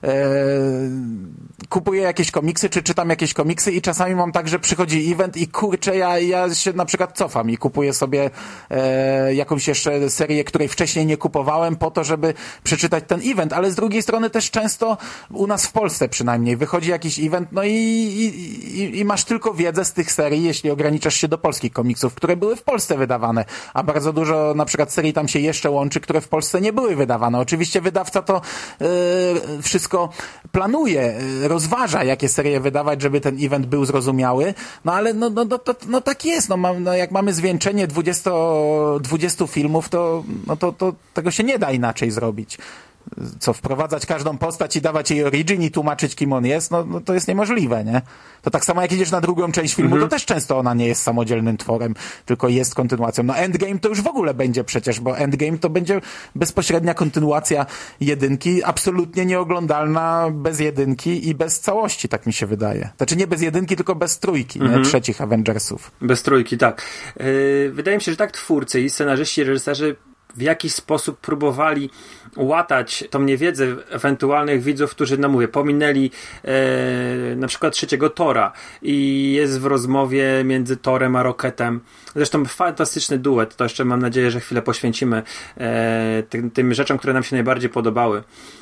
kupuję jakieś komiksy, czy czytam jakieś komiksy i czasami mam tak, że przychodzi event i kurczę, ja się na przykład cofam i kupuję sobie jakąś jeszcze serię, której wcześniej nie kupowałem po to, żeby przeczytać ten event, ale z drugiej strony też często u nas w Polsce przynajmniej wychodzi jakiś event, i masz tylko wiedzę z tych serii, jeśli ograniczasz się do polskich komiksów, które były w Polsce wydawane, a bardzo dużo na przykład serii tam się jeszcze łączy, które w Polsce nie były wydawane. Oczywiście wydawca to wszystko planuje, rozważa, jakie serie wydawać, żeby ten event był zrozumiały, ale tak jest, jak mamy zwieńczenie 20 filmów, to tego się nie da inaczej zrobić. Co, wprowadzać każdą postać i dawać jej origin i tłumaczyć, kim on jest, to jest niemożliwe, nie? To tak samo jak idziesz na drugą część filmu, to też często ona nie jest samodzielnym tworem, tylko jest kontynuacją. Endgame to już w ogóle będzie przecież, bo Endgame to będzie bezpośrednia kontynuacja jedynki, absolutnie nieoglądalna bez jedynki i bez całości, tak mi się wydaje. Znaczy nie bez jedynki, tylko bez trójki, nie? Trzecich Avengersów. Bez trójki, tak. Wydaje mi się, że tak twórcy i scenarzyści, reżyserzy w jakiś sposób próbowali łatać tą niewiedzę ewentualnych widzów, którzy, pominęli na przykład trzeciego Thora i jest w rozmowie między Thorem a Rocketem. Zresztą fantastyczny duet, to jeszcze mam nadzieję, że chwilę poświęcimy tym rzeczom, które nam się najbardziej podobały.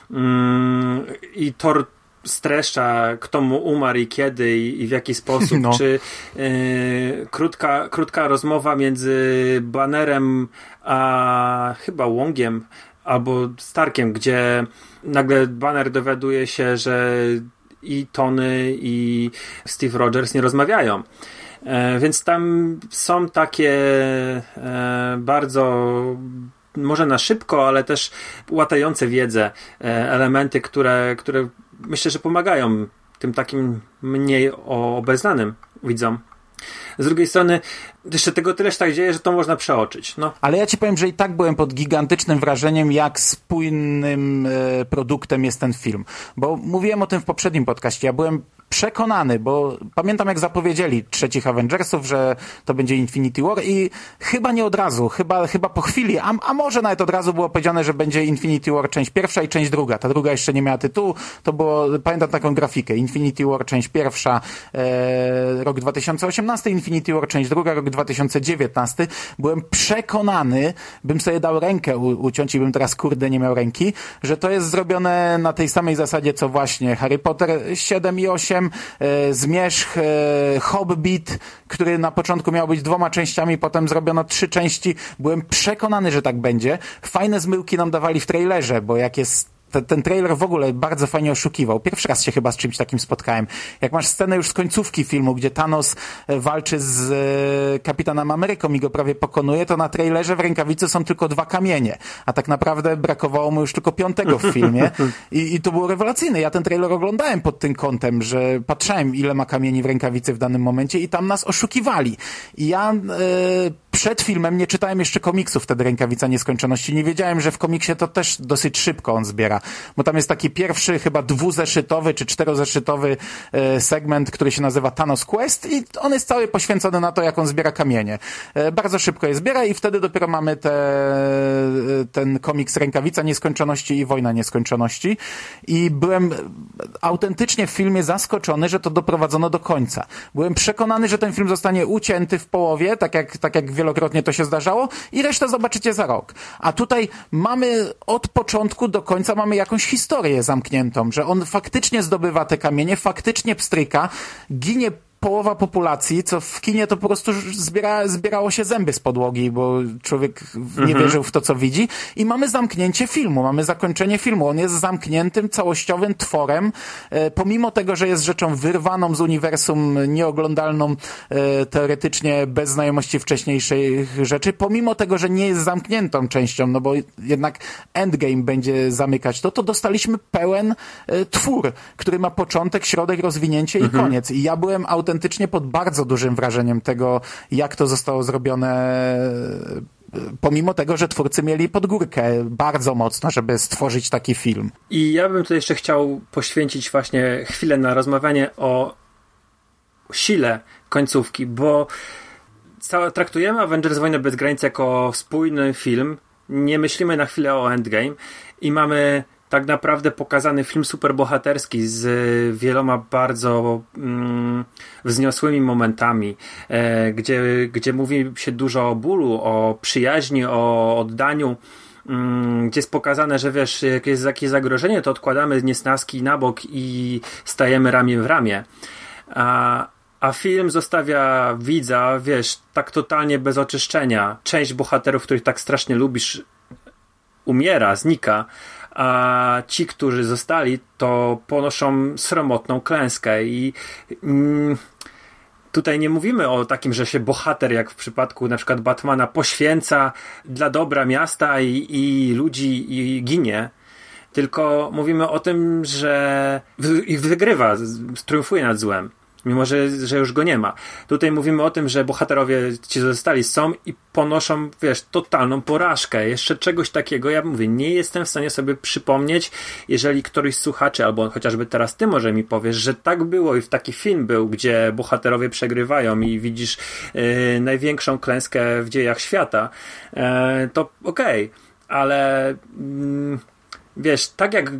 I Thor streszcza, kto mu umarł i kiedy i w jaki sposób, czy krótka rozmowa między Bannerem a chyba Wongiem albo Starkiem, gdzie nagle Banner dowiaduje się, że i Tony i Steve Rogers nie rozmawiają. Więc tam są takie bardzo może na szybko, ale też łatające wiedzę elementy, które myślę, że pomagają tym takim mniej obeznanym widzom. Z drugiej strony jeszcze tego tyle się tak dzieje, że to można przeoczyć. Ale ja ci powiem, że i tak byłem pod gigantycznym wrażeniem, jak spójnym produktem jest ten film. Bo mówiłem o tym w poprzednim podcaście. Ja byłem przekonany, bo pamiętam jak zapowiedzieli trzecich Avengersów, że to będzie Infinity War i chyba nie od razu, chyba po chwili, a może nawet od razu było powiedziane, że będzie Infinity War część pierwsza i część druga. Ta druga jeszcze nie miała tytułu, to było, pamiętam taką grafikę, Infinity War część pierwsza, rok 2018, Infinity War część druga, rok 2019. Byłem przekonany, bym sobie dał rękę uciąć i bym teraz nie miał ręki, że to jest zrobione na tej samej zasadzie, co właśnie Harry Potter 7 i 8, Zmierzch, Hobbit, który na początku miał być 2 częściami, potem zrobiono 3 części. Byłem przekonany, że tak będzie. Fajne zmyłki nam dawali w trailerze, bo jak jest ten trailer w ogóle bardzo fajnie oszukiwał. Pierwszy raz się chyba z czymś takim spotkałem. Jak masz scenę już z końcówki filmu, gdzie Thanos walczy z Kapitanem Ameryką i go prawie pokonuje, to na trailerze w rękawicy są tylko 2 kamienie, a tak naprawdę brakowało mu już tylko 5 w filmie i to było rewelacyjne. Ja ten trailer oglądałem pod tym kątem, że patrzałem, ile ma kamieni w rękawicy w danym momencie i tam nas oszukiwali. I ja przed filmem nie czytałem jeszcze komiksów wtedy Rękawica Nieskończoności. Nie wiedziałem, że w komiksie to też dosyć szybko on zbiera, bo tam jest taki pierwszy chyba 2-zeszytowy czy 4-zeszytowy segment, który się nazywa Thanos Quest i on jest cały poświęcony na to, jak on zbiera kamienie. Bardzo szybko je zbiera i wtedy dopiero mamy ten komiks Rękawica Nieskończoności i Wojna Nieskończoności i byłem autentycznie w filmie zaskoczony, że to doprowadzono do końca. Byłem przekonany, że ten film zostanie ucięty w połowie, tak jak wielokrotnie to się zdarzało i resztę zobaczycie za rok. A tutaj mamy od początku do końca mamy jakąś historię zamkniętą, że on faktycznie zdobywa te kamienie, faktycznie pstryka, ginie połowa populacji, co w kinie to po prostu zbierało się zęby z podłogi, bo człowiek nie wierzył w to, co widzi. I mamy zamknięcie filmu, mamy zakończenie filmu. On jest zamkniętym, całościowym tworem, pomimo tego, że jest rzeczą wyrwaną z uniwersum, nieoglądalną teoretycznie bez znajomości wcześniejszych rzeczy, pomimo tego, że nie jest zamkniętą częścią, no bo jednak Endgame będzie zamykać to dostaliśmy pełen twór, który ma początek, środek, rozwinięcie i koniec. I ja byłem autentycznie pod bardzo dużym wrażeniem tego, jak to zostało zrobione, pomimo tego, że twórcy mieli pod górkę bardzo mocno, żeby stworzyć taki film. I ja bym tutaj jeszcze chciał poświęcić właśnie chwilę na rozmawianie o sile końcówki, bo traktujemy Avengers Wojnę bez granic jako spójny film, nie myślimy na chwilę o Endgame i mamy tak naprawdę pokazany film superbohaterski z wieloma bardzo wzniosłymi momentami, gdzie mówi się dużo o bólu, o przyjaźni, o oddaniu, gdzie jest pokazane, że wiesz, jak jest jakieś zagrożenie, to odkładamy niesnaski na bok i stajemy ramię w ramię. A film zostawia widza, wiesz, tak totalnie bez oczyszczenia. Część bohaterów, których tak strasznie lubisz, umiera, znika, a ci, którzy zostali, to ponoszą sromotną klęskę i tutaj nie mówimy o takim, że się bohater, jak w przypadku na przykład Batmana, poświęca dla dobra miasta i ludzi i ginie, tylko mówimy o tym, że wygrywa, triumfuje nad złem, mimo że już go nie ma. Tutaj mówimy o tym, że bohaterowie ci zostali są i ponoszą, wiesz, totalną porażkę. Jeszcze czegoś takiego, ja mówię, nie jestem w stanie sobie przypomnieć, jeżeli któryś z słuchaczy, albo chociażby teraz ty może mi powiesz, że tak było i w taki film był, gdzie bohaterowie przegrywają i widzisz największą klęskę w dziejach świata, to okej. Ale wiesz, tak jak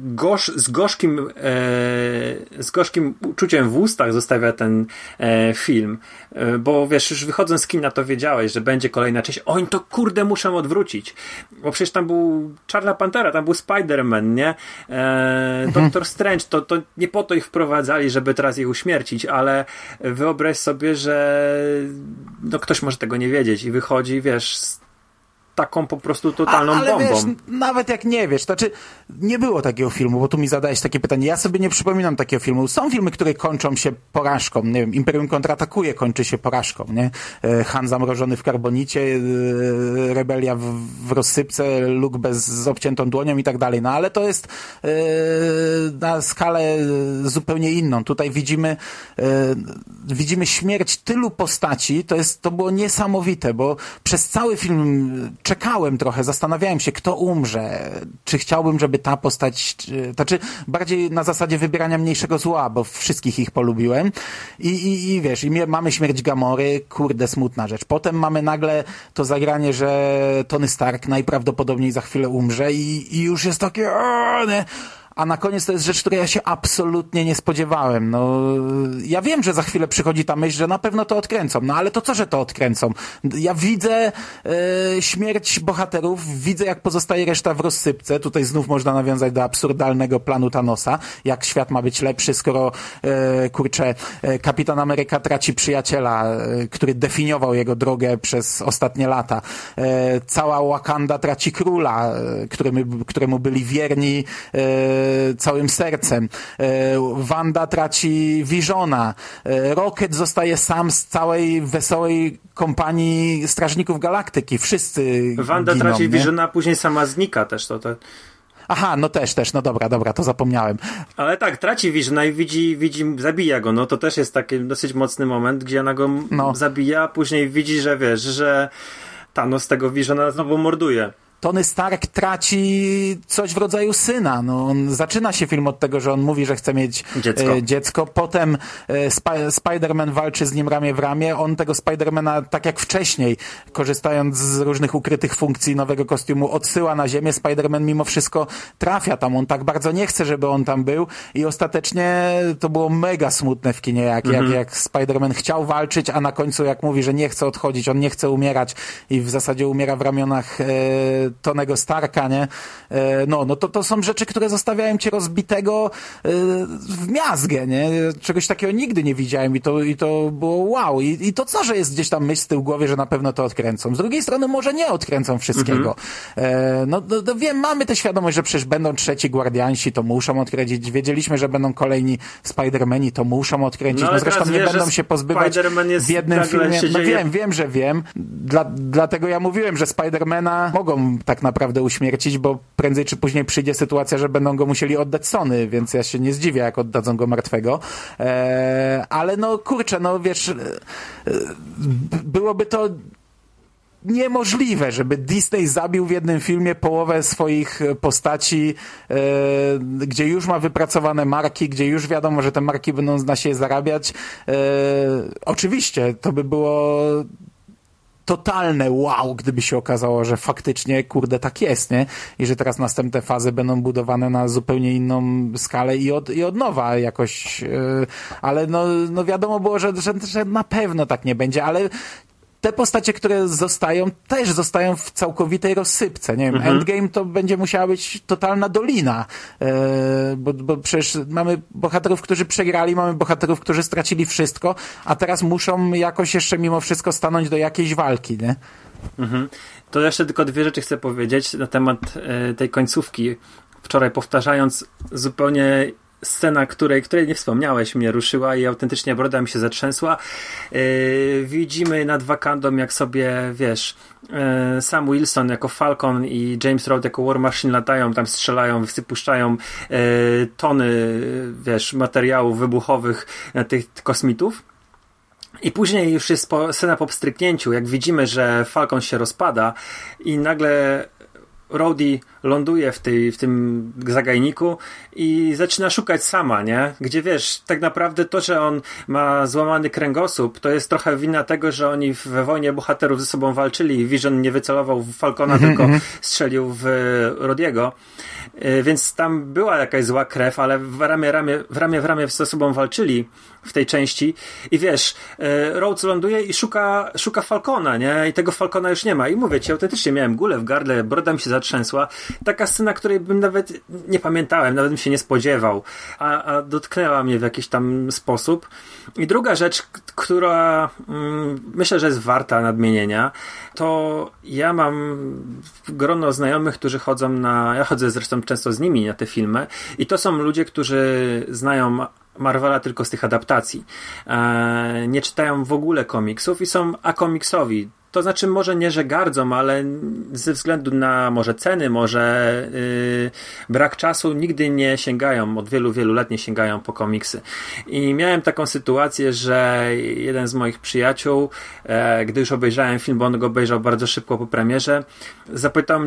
z gorzkim uczuciem w ustach zostawia ten film, bo wiesz, już wychodząc z kina to wiedziałeś, że będzie kolejna część, oni to kurde muszą odwrócić, bo przecież tam był Czarna Pantera, tam był Spider-Man, nie? Doctor Strange, to nie po to ich wprowadzali, żeby teraz ich uśmiercić, ale wyobraź sobie, że no ktoś może tego nie wiedzieć i wychodzi, wiesz, taką po prostu totalną ale bombą. Wiesz, nawet jak nie wiesz, to znaczy nie było takiego filmu, bo tu mi zadałeś takie pytanie. Ja sobie nie przypominam takiego filmu. Są filmy, które kończą się porażką. Nie wiem, Imperium kontratakuje, kończy się porażką, nie? Han zamrożony w karbonicie, Rebelia w rozsypce, Luke z obciętą dłonią i tak dalej. No ale to jest na skalę zupełnie inną. Tutaj widzimy śmierć tylu postaci. To było niesamowite, bo przez cały film czekałem trochę, zastanawiałem się, kto umrze, czy chciałbym, żeby ta postać, znaczy bardziej na zasadzie wybierania mniejszego zła, bo wszystkich ich polubiłem i wiesz, mamy śmierć Gamory, kurde, smutna rzecz. Potem mamy nagle to zagranie, że Tony Stark najprawdopodobniej za chwilę umrze i już jest takie, nie? A na koniec to jest rzecz, której ja się absolutnie nie spodziewałem. No, ja wiem, że za chwilę przychodzi ta myśl, że na pewno to odkręcą. No ale to co, że to odkręcą? Ja widzę śmierć bohaterów, widzę jak pozostaje reszta w rozsypce. Tutaj znów można nawiązać do absurdalnego planu Thanosa. Jak świat ma być lepszy, skoro Kapitan Ameryka traci przyjaciela, który definiował jego drogę przez ostatnie lata. Cała Wakanda traci króla, któremu byli wierni całym sercem. Wanda traci Visiona. Rocket zostaje sam z całej wesołej kompanii Strażników Galaktyki. Wszyscy Wanda giną, traci nie? Visiona, a później sama znika też. To. Aha, no też, no dobra, to zapomniałem. Ale tak, traci Visiona i widzi, zabija go. No to też jest taki dosyć mocny moment, gdzie ona go zabija, a później widzi, że wiesz, że Thanos tego Visiona znowu morduje. Tony Stark traci coś w rodzaju syna. No, zaczyna się film od tego, że on mówi, że chce mieć dziecko. Potem Spider-Man walczy z nim ramię w ramię. On tego Spider-Mana, tak jak wcześniej, korzystając z różnych ukrytych funkcji nowego kostiumu, odsyła na ziemię. Spider-Man mimo wszystko trafia tam. On tak bardzo nie chce, żeby on tam był. I ostatecznie to było mega smutne w kinie, jak Spider-Man chciał walczyć, a na końcu jak mówi, że nie chce odchodzić, on nie chce umierać i w zasadzie umiera w ramionach Tonego Starka, nie? No to są rzeczy, które zostawiają cię rozbitego w miazgę, nie? Czegoś takiego nigdy nie widziałem i to było wow. I to co, że jest gdzieś tam myśl z tyłu głowy, że na pewno to odkręcą. Z drugiej strony może nie odkręcą wszystkiego. No wiem, mamy tę świadomość, że przecież będą trzeci Guardiansi, to muszą odkręcić. Wiedzieliśmy, że będą kolejni Spider-Mani, to muszą odkręcić. No zresztą nie będą się pozbywać w jednym filmie. No wiem, że wiem. Dlatego ja mówiłem, że Spider-Mana mogą tak naprawdę uśmiercić, bo prędzej czy później przyjdzie sytuacja, że będą go musieli oddać Sony, więc ja się nie zdziwię, jak oddadzą go martwego. Ale no kurczę, no wiesz, byłoby to niemożliwe, żeby Disney zabił w jednym filmie połowę swoich postaci, gdzie już ma wypracowane marki, gdzie już wiadomo, że te marki będą na siebie zarabiać. Oczywiście, to by było totalne wow, gdyby się okazało, że faktycznie, kurde, tak jest, nie? I że teraz następne fazy będą budowane na zupełnie inną skalę i od nowa jakoś, ale no wiadomo było, że na pewno tak nie będzie, ale te postacie, które zostają, też zostają w całkowitej rozsypce. Nie wiem, Endgame to będzie musiała być totalna dolina, bo przecież mamy bohaterów, którzy przegrali, mamy bohaterów, którzy stracili wszystko, a teraz muszą jakoś jeszcze mimo wszystko stanąć do jakiejś walki, nie? To jeszcze tylko dwie rzeczy chcę powiedzieć na temat tej końcówki. Wczoraj powtarzając zupełnie scena, której nie wspomniałeś, mnie ruszyła i autentycznie broda mi się zatrzęsła. Widzimy nad Wakandą, jak sobie, wiesz, Sam Wilson jako Falcon i James Rhodes jako War Machine latają, tam strzelają, wypuszczają tony, wiesz, materiałów wybuchowych na tych kosmitów. I później już jest scena po pstryknięciu, jak widzimy, że Falcon się rozpada i nagle Rhodey ląduje w tym zagajniku i zaczyna szukać sama, nie? Gdzie wiesz, tak naprawdę to, że on ma złamany kręgosłup, to jest trochę wina tego, że oni we wojnie bohaterów ze sobą walczyli i Vision nie wycelował w Falcona, tylko strzelił w Rhodey'ego. Więc tam była jakaś zła krew, ale w ramię ze sobą walczyli w tej części i wiesz, Rhodes ląduje i szuka Falcona, nie? I tego Falcona już nie ma. I mówię ci, autentycznie miałem gulę w gardle, broda mi się zatrzęsła. Taka scena, której bym nawet nie pamiętałem, nawet bym się nie spodziewał, a dotknęła mnie w jakiś tam sposób. I druga rzecz, która myślę, że jest warta nadmienienia, to ja mam grono znajomych, którzy ja chodzę zresztą często z nimi na te filmy i to są ludzie, którzy znają Marvela tylko z tych adaptacji. Nie czytają w ogóle komiksów i są akomiksowi. To znaczy może nie, że gardzą, ale ze względu na może ceny, może brak czasu nigdy nie sięgają, od wielu, wielu lat nie sięgają po komiksy. I miałem taką sytuację, że jeden z moich przyjaciół, gdy już obejrzałem film, bo on go obejrzał bardzo szybko po premierze, zapytał mnie,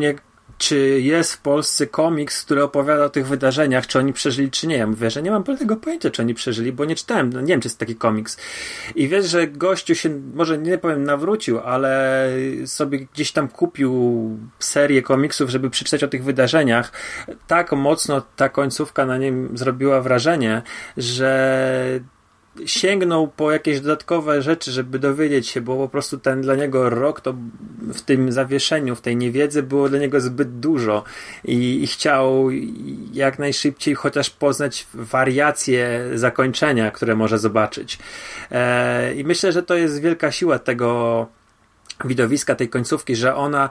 czy jest w Polsce komiks, który opowiada o tych wydarzeniach, czy oni przeżyli, czy nie. Ja mówię, że nie mam tego pojęcia, czy oni przeżyli, bo nie czytałem, nie wiem, czy jest taki komiks. I wiesz, że gościu się, może nie powiem nawrócił, ale sobie gdzieś tam kupił serię komiksów, żeby przeczytać o tych wydarzeniach. Tak mocno ta końcówka na nim zrobiła wrażenie, że sięgnął po jakieś dodatkowe rzeczy, żeby dowiedzieć się, bo po prostu ten dla niego rok to w tym zawieszeniu, w tej niewiedzy było dla niego zbyt dużo i chciał jak najszybciej chociaż poznać wariacje zakończenia, które może zobaczyć. I myślę, że to jest wielka siła tego widowiska, tej końcówki, że ona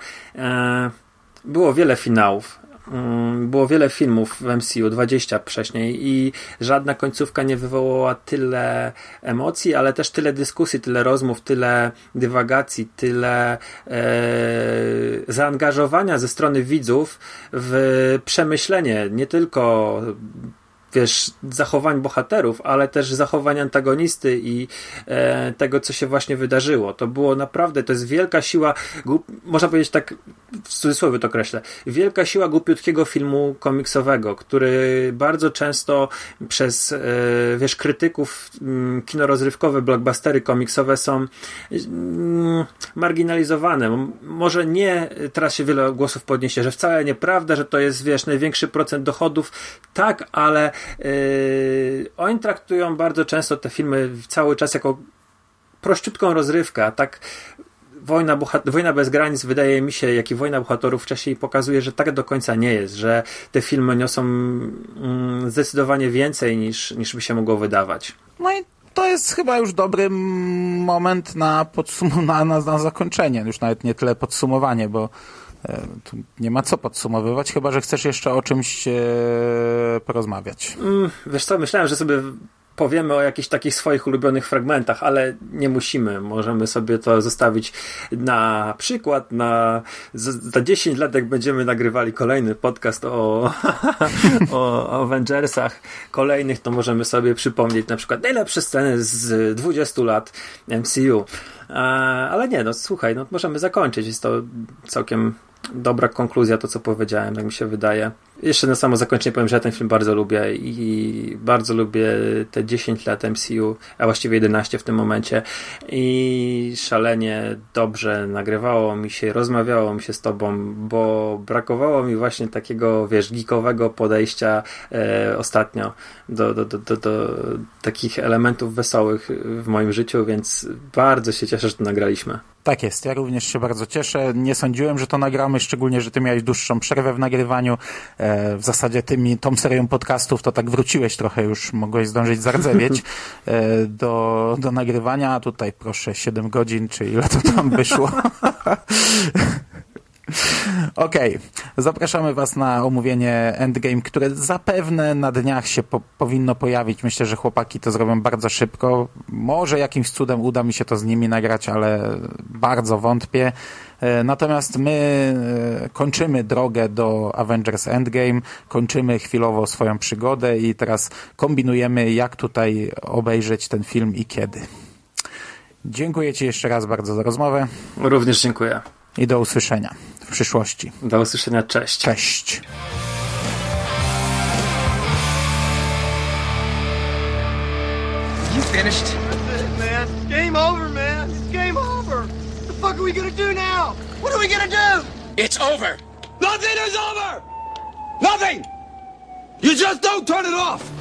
było wiele finałów. Było wiele filmów w MCU, 20 wcześniej i żadna końcówka nie wywołała tyle emocji, ale też tyle dyskusji, tyle rozmów, tyle dywagacji, tyle zaangażowania ze strony widzów w przemyślenie nie tylko zachowań bohaterów, ale też zachowań antagonisty i tego, co się właśnie wydarzyło. To było naprawdę, to jest wielka siła, można powiedzieć tak, w cudzysłowie to określę, wielka siła głupiutkiego filmu komiksowego, który bardzo często przez krytyków kino rozrywkowe, blockbustery komiksowe są marginalizowane. Może nie, teraz się wiele głosów podniesie, że wcale nieprawda, że to jest, największy procent dochodów. Tak, ale oni traktują bardzo często te filmy cały czas jako prościutką rozrywkę, a tak Wojna bez granic wydaje mi się, jak i Wojna bohaterów wcześniej pokazuje, że tak do końca nie jest, że te filmy niosą zdecydowanie więcej niż by się mogło wydawać. No i to jest chyba już dobry moment na zakończenie, już nawet nie tyle podsumowanie, bo tu nie ma co podsumowywać, chyba że chcesz jeszcze o czymś porozmawiać. Wiesz co, myślałem, że sobie powiemy o jakichś takich swoich ulubionych fragmentach, ale nie musimy. Możemy sobie to zostawić na przykład za 10 lat, jak będziemy nagrywali kolejny podcast o Avengersach kolejnych, to możemy sobie przypomnieć na przykład najlepsze sceny z 20 lat MCU. Ale nie, słuchaj, możemy zakończyć. Jest to całkiem dobra konkluzja, to co powiedziałem, tak mi się wydaje. Jeszcze na samo zakończenie powiem, że ja ten film bardzo lubię i bardzo lubię te 10 lat MCU, a właściwie 11 w tym momencie i szalenie dobrze nagrywało mi się, rozmawiało mi się z tobą, bo brakowało mi właśnie takiego, geekowego podejścia ostatnio do takich elementów wesołych w moim życiu, więc bardzo się cieszę, że to nagraliśmy. Tak jest, ja również się bardzo cieszę. Nie sądziłem, że to nagramy, szczególnie, że ty miałeś dłuższą przerwę w nagrywaniu. W zasadzie tą serią podcastów to tak wróciłeś trochę, już mogłeś zdążyć zardzewieć do nagrywania, a tutaj proszę 7 godzin, czy ile to tam wyszło. Okej, zapraszamy was na omówienie Endgame, które zapewne na dniach się powinno pojawić. Myślę, że chłopaki to zrobią bardzo szybko. Może jakimś cudem uda mi się to z nimi nagrać, ale bardzo wątpię. Natomiast my kończymy drogę do Avengers Endgame, kończymy chwilowo swoją przygodę i teraz kombinujemy, jak tutaj obejrzeć ten film i kiedy. Dziękuję ci jeszcze raz bardzo za rozmowę. Również dziękuję. I do usłyszenia w przyszłości. Do usłyszenia, cześć. Cześć. You finished? That's it, man. Game over, man. It's game over. What the fuck are we gonna do now? What are we gonna do? It's over. Nothing is over. Nothing. You just don't turn it off.